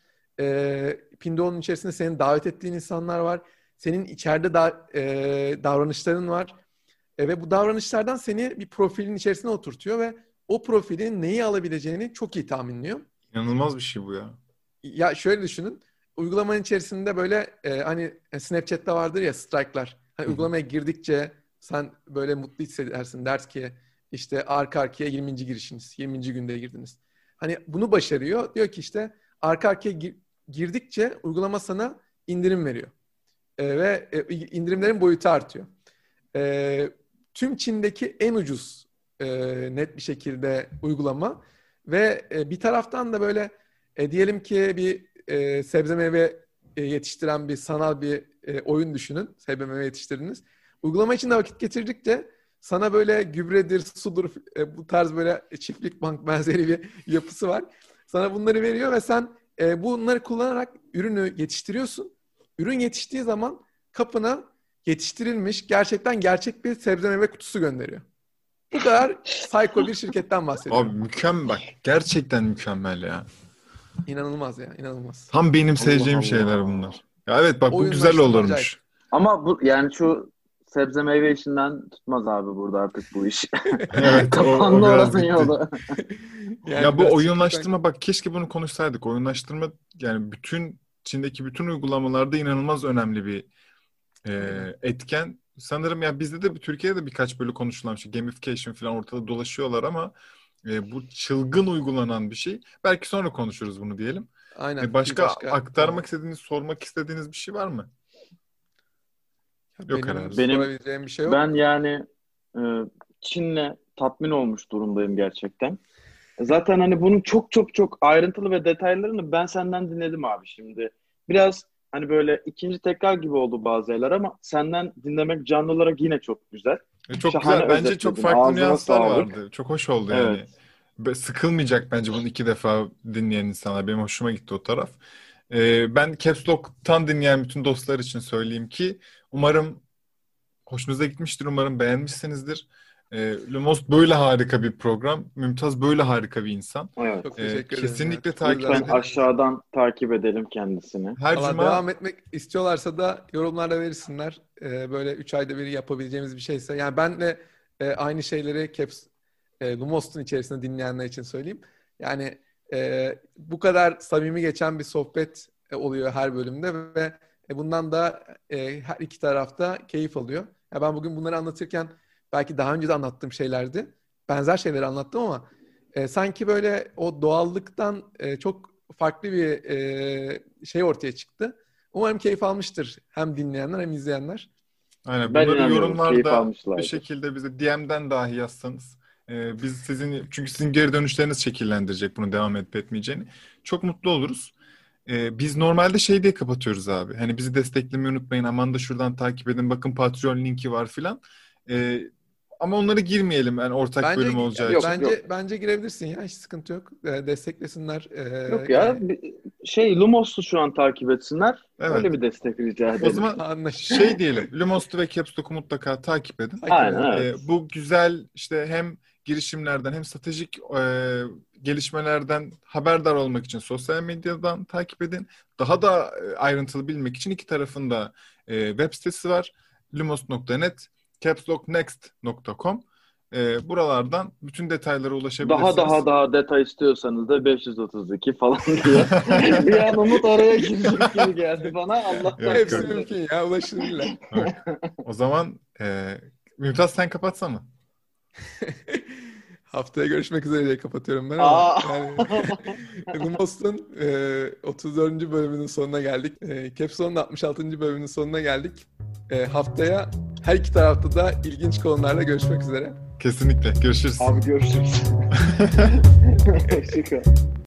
E, Pinduoduo'nun içerisinde senin davet ettiğin insanlar var. Senin içeride da, e, davranışların var. E, ve bu davranışlardan seni bir profilin içerisine oturtuyor ve o profilin neyi alabileceğini çok iyi tahminliyor. İnanılmaz bir şey bu ya. Ya şöyle düşünün. Uygulamanın içerisinde böyle e, hani Snapchat'te vardır ya strike'lar. Hani Hı hı. uygulamaya girdikçe sen böyle mutlu hissedersin. Ders ki işte arka arkaya yirminci girişiniz. yirminci günde girdiniz. Hani bunu başarıyor. Diyor ki işte arka arkaya gir- girdikçe uygulama sana indirim veriyor. E, ve e, indirimlerin boyutu artıyor. E, tüm Çin'deki en ucuz e, net bir şekilde uygulama ve e, bir taraftan da böyle e, diyelim ki bir e, sebze meyve e, yetiştiren bir sanal bir e, oyun düşünün. Sebze meyve yetiştirdiniz. Uygulama içinde vakit geçirdikçe sana böyle gübredir, sudur e, bu tarz böyle çiftlik bank benzeri bir yapısı var. Sana bunları veriyor ve sen e, bunları kullanarak ürünü yetiştiriyorsun. Ürün yetiştiği zaman kapına yetiştirilmiş gerçekten gerçek bir sebze meyve kutusu gönderiyor. Bu kadar psycho bir şirketten Abi bahsediyorum. mükemmel bak. Gerçekten mükemmel ya. İnanılmaz ya, inanılmaz. Tam benim Allah seveceğim şeyler Allah. bunlar. Ya evet bak bu güzel Oyunlaştırma acayip. olurmuş. Ama bu yani şu sebze meyve işinden tutmaz abi burada artık bu iş. Evet o, o Kapandı biraz oranın gitti. yolu. Yani Ya bu biraz çiftlikten... oyunlaştırma bak keşke bunu konuşsaydık. Oyunlaştırma yani bütün Çin'deki bütün uygulamalarda inanılmaz önemli bir Aynen. e, etken. Sanırım ya bizde de Türkiye'de de birkaç böyle konuşulan şey gamification falan ortada dolaşıyorlar ama e, bu çılgın uygulanan bir şey. Belki sonra konuşuruz bunu diyelim. Aynen. E, Bir başka başka zaman. aktarmak istediğiniz, sormak istediğiniz bir şey var mı? Ya Yok benim herhalde. Benim- sorabileceğim bir şey yok. Ben yani e, Çin'le tatmin olmuş durumdayım gerçekten. Zaten hani bunun çok çok çok ayrıntılı ve detaylarını ben senden dinledim abi şimdi. Biraz hani böyle ikinci tekrar gibi oldu bazı yerler ama senden dinlemek canlı olarak yine çok güzel. E, çok Şahane güzel. Bence çok özetledin. farklı Ağzına nüanslar sağlık. vardı. Çok hoş oldu yani. Evet. Be- Sıkılmayacak bence bunu iki defa dinleyen insanlar. Benim hoşuma gitti o taraf. Ee, ben Caps Lock'tan dinleyen bütün dostlar için söyleyeyim ki umarım hoşunuza gitmiştir. Umarım beğenmişsinizdir. Ee, Lumos böyle harika bir program. Mümtaz böyle harika bir insan. Evet. Çok Ee, teşekkür ederim. kesinlikle Evet. takip Lütfen edin. aşağıdan takip edelim kendisini. Her Valla cuma devam etmek istiyorlarsa da yorumlarda verirsinler. Ee, böyle üç ayda bir yapabileceğimiz bir şeyse. Yani ben de e, aynı şeyleri Caps e, Lumos'un içerisinde dinleyenler için söyleyeyim. Yani e, bu kadar samimi geçen bir sohbet e, oluyor her bölümde ve e, bundan da e, her iki tarafta keyif alıyor. Ya ben bugün bunları anlatırken belki daha önce de anlattığım şeylerdi. Benzer şeyleri anlattım ama e, sanki böyle o doğallıktan e, çok farklı bir e, şey ortaya çıktı. Umarım keyif almıştır hem dinleyenler hem izleyenler. aynen Ben bunları inanıyorum keyif yorumlarda bir almışlardır. şekilde bize D M'den dahi yazsanız e, biz sizin çünkü sizin geri dönüşleriniz şekillendirecek bunu devam edip etmeyeceğini. Çok mutlu oluruz. E, biz normalde şey diye kapatıyoruz abi. Hani bizi desteklemeyi unutmayın. Aman da şuradan takip edin. Bakın Patreon linki var filan. E, ama onlara girmeyelim. Yani ortak Bence bölüm olacağı yok, için. bence yok. bence girebilirsin ya hiç sıkıntı yok. E, desteklesinler. E, Yok ya yani bir- şey Lumos'u şu an takip etsinler. Evet. Öyle bir destek rica O edelim. zaman anlaşıldı. şey diyelim. Lumos'u ve Caps Lock'u mutlaka takip edin. Takip Aynen, edelim. evet. Ee, bu güzel işte hem girişimlerden hem stratejik e, gelişmelerden haberdar olmak için sosyal medyadan takip edin. Daha da e, ayrıntılı bilmek için iki tarafında e, web sitesi var. lumos nokta net, capslocknext nokta com. E, buralardan bütün detaylara ulaşabilirsiniz. Daha daha daha detay istiyorsanız da beş yüz otuz iki falan diye. Bir an Umut araya girecek gibi geldi bana. Allah'tan Yok, Hepsi yok. mümkün ya ulaşılırlar. O zaman e, Mümtaz sen kapatsana. Haftaya görüşmek üzere diye kapatıyorum ben ama Aa. yani Lumos'un e, otuz dördüncü bölümünün sonuna geldik. E, Capson'un altmış altıncı bölümünün sonuna geldik. E, haftaya her iki tarafta da ilginç konularla görüşmek üzere. Kesinlikle. Görüşürüz. Abi görüşürüz. Hoşçakal.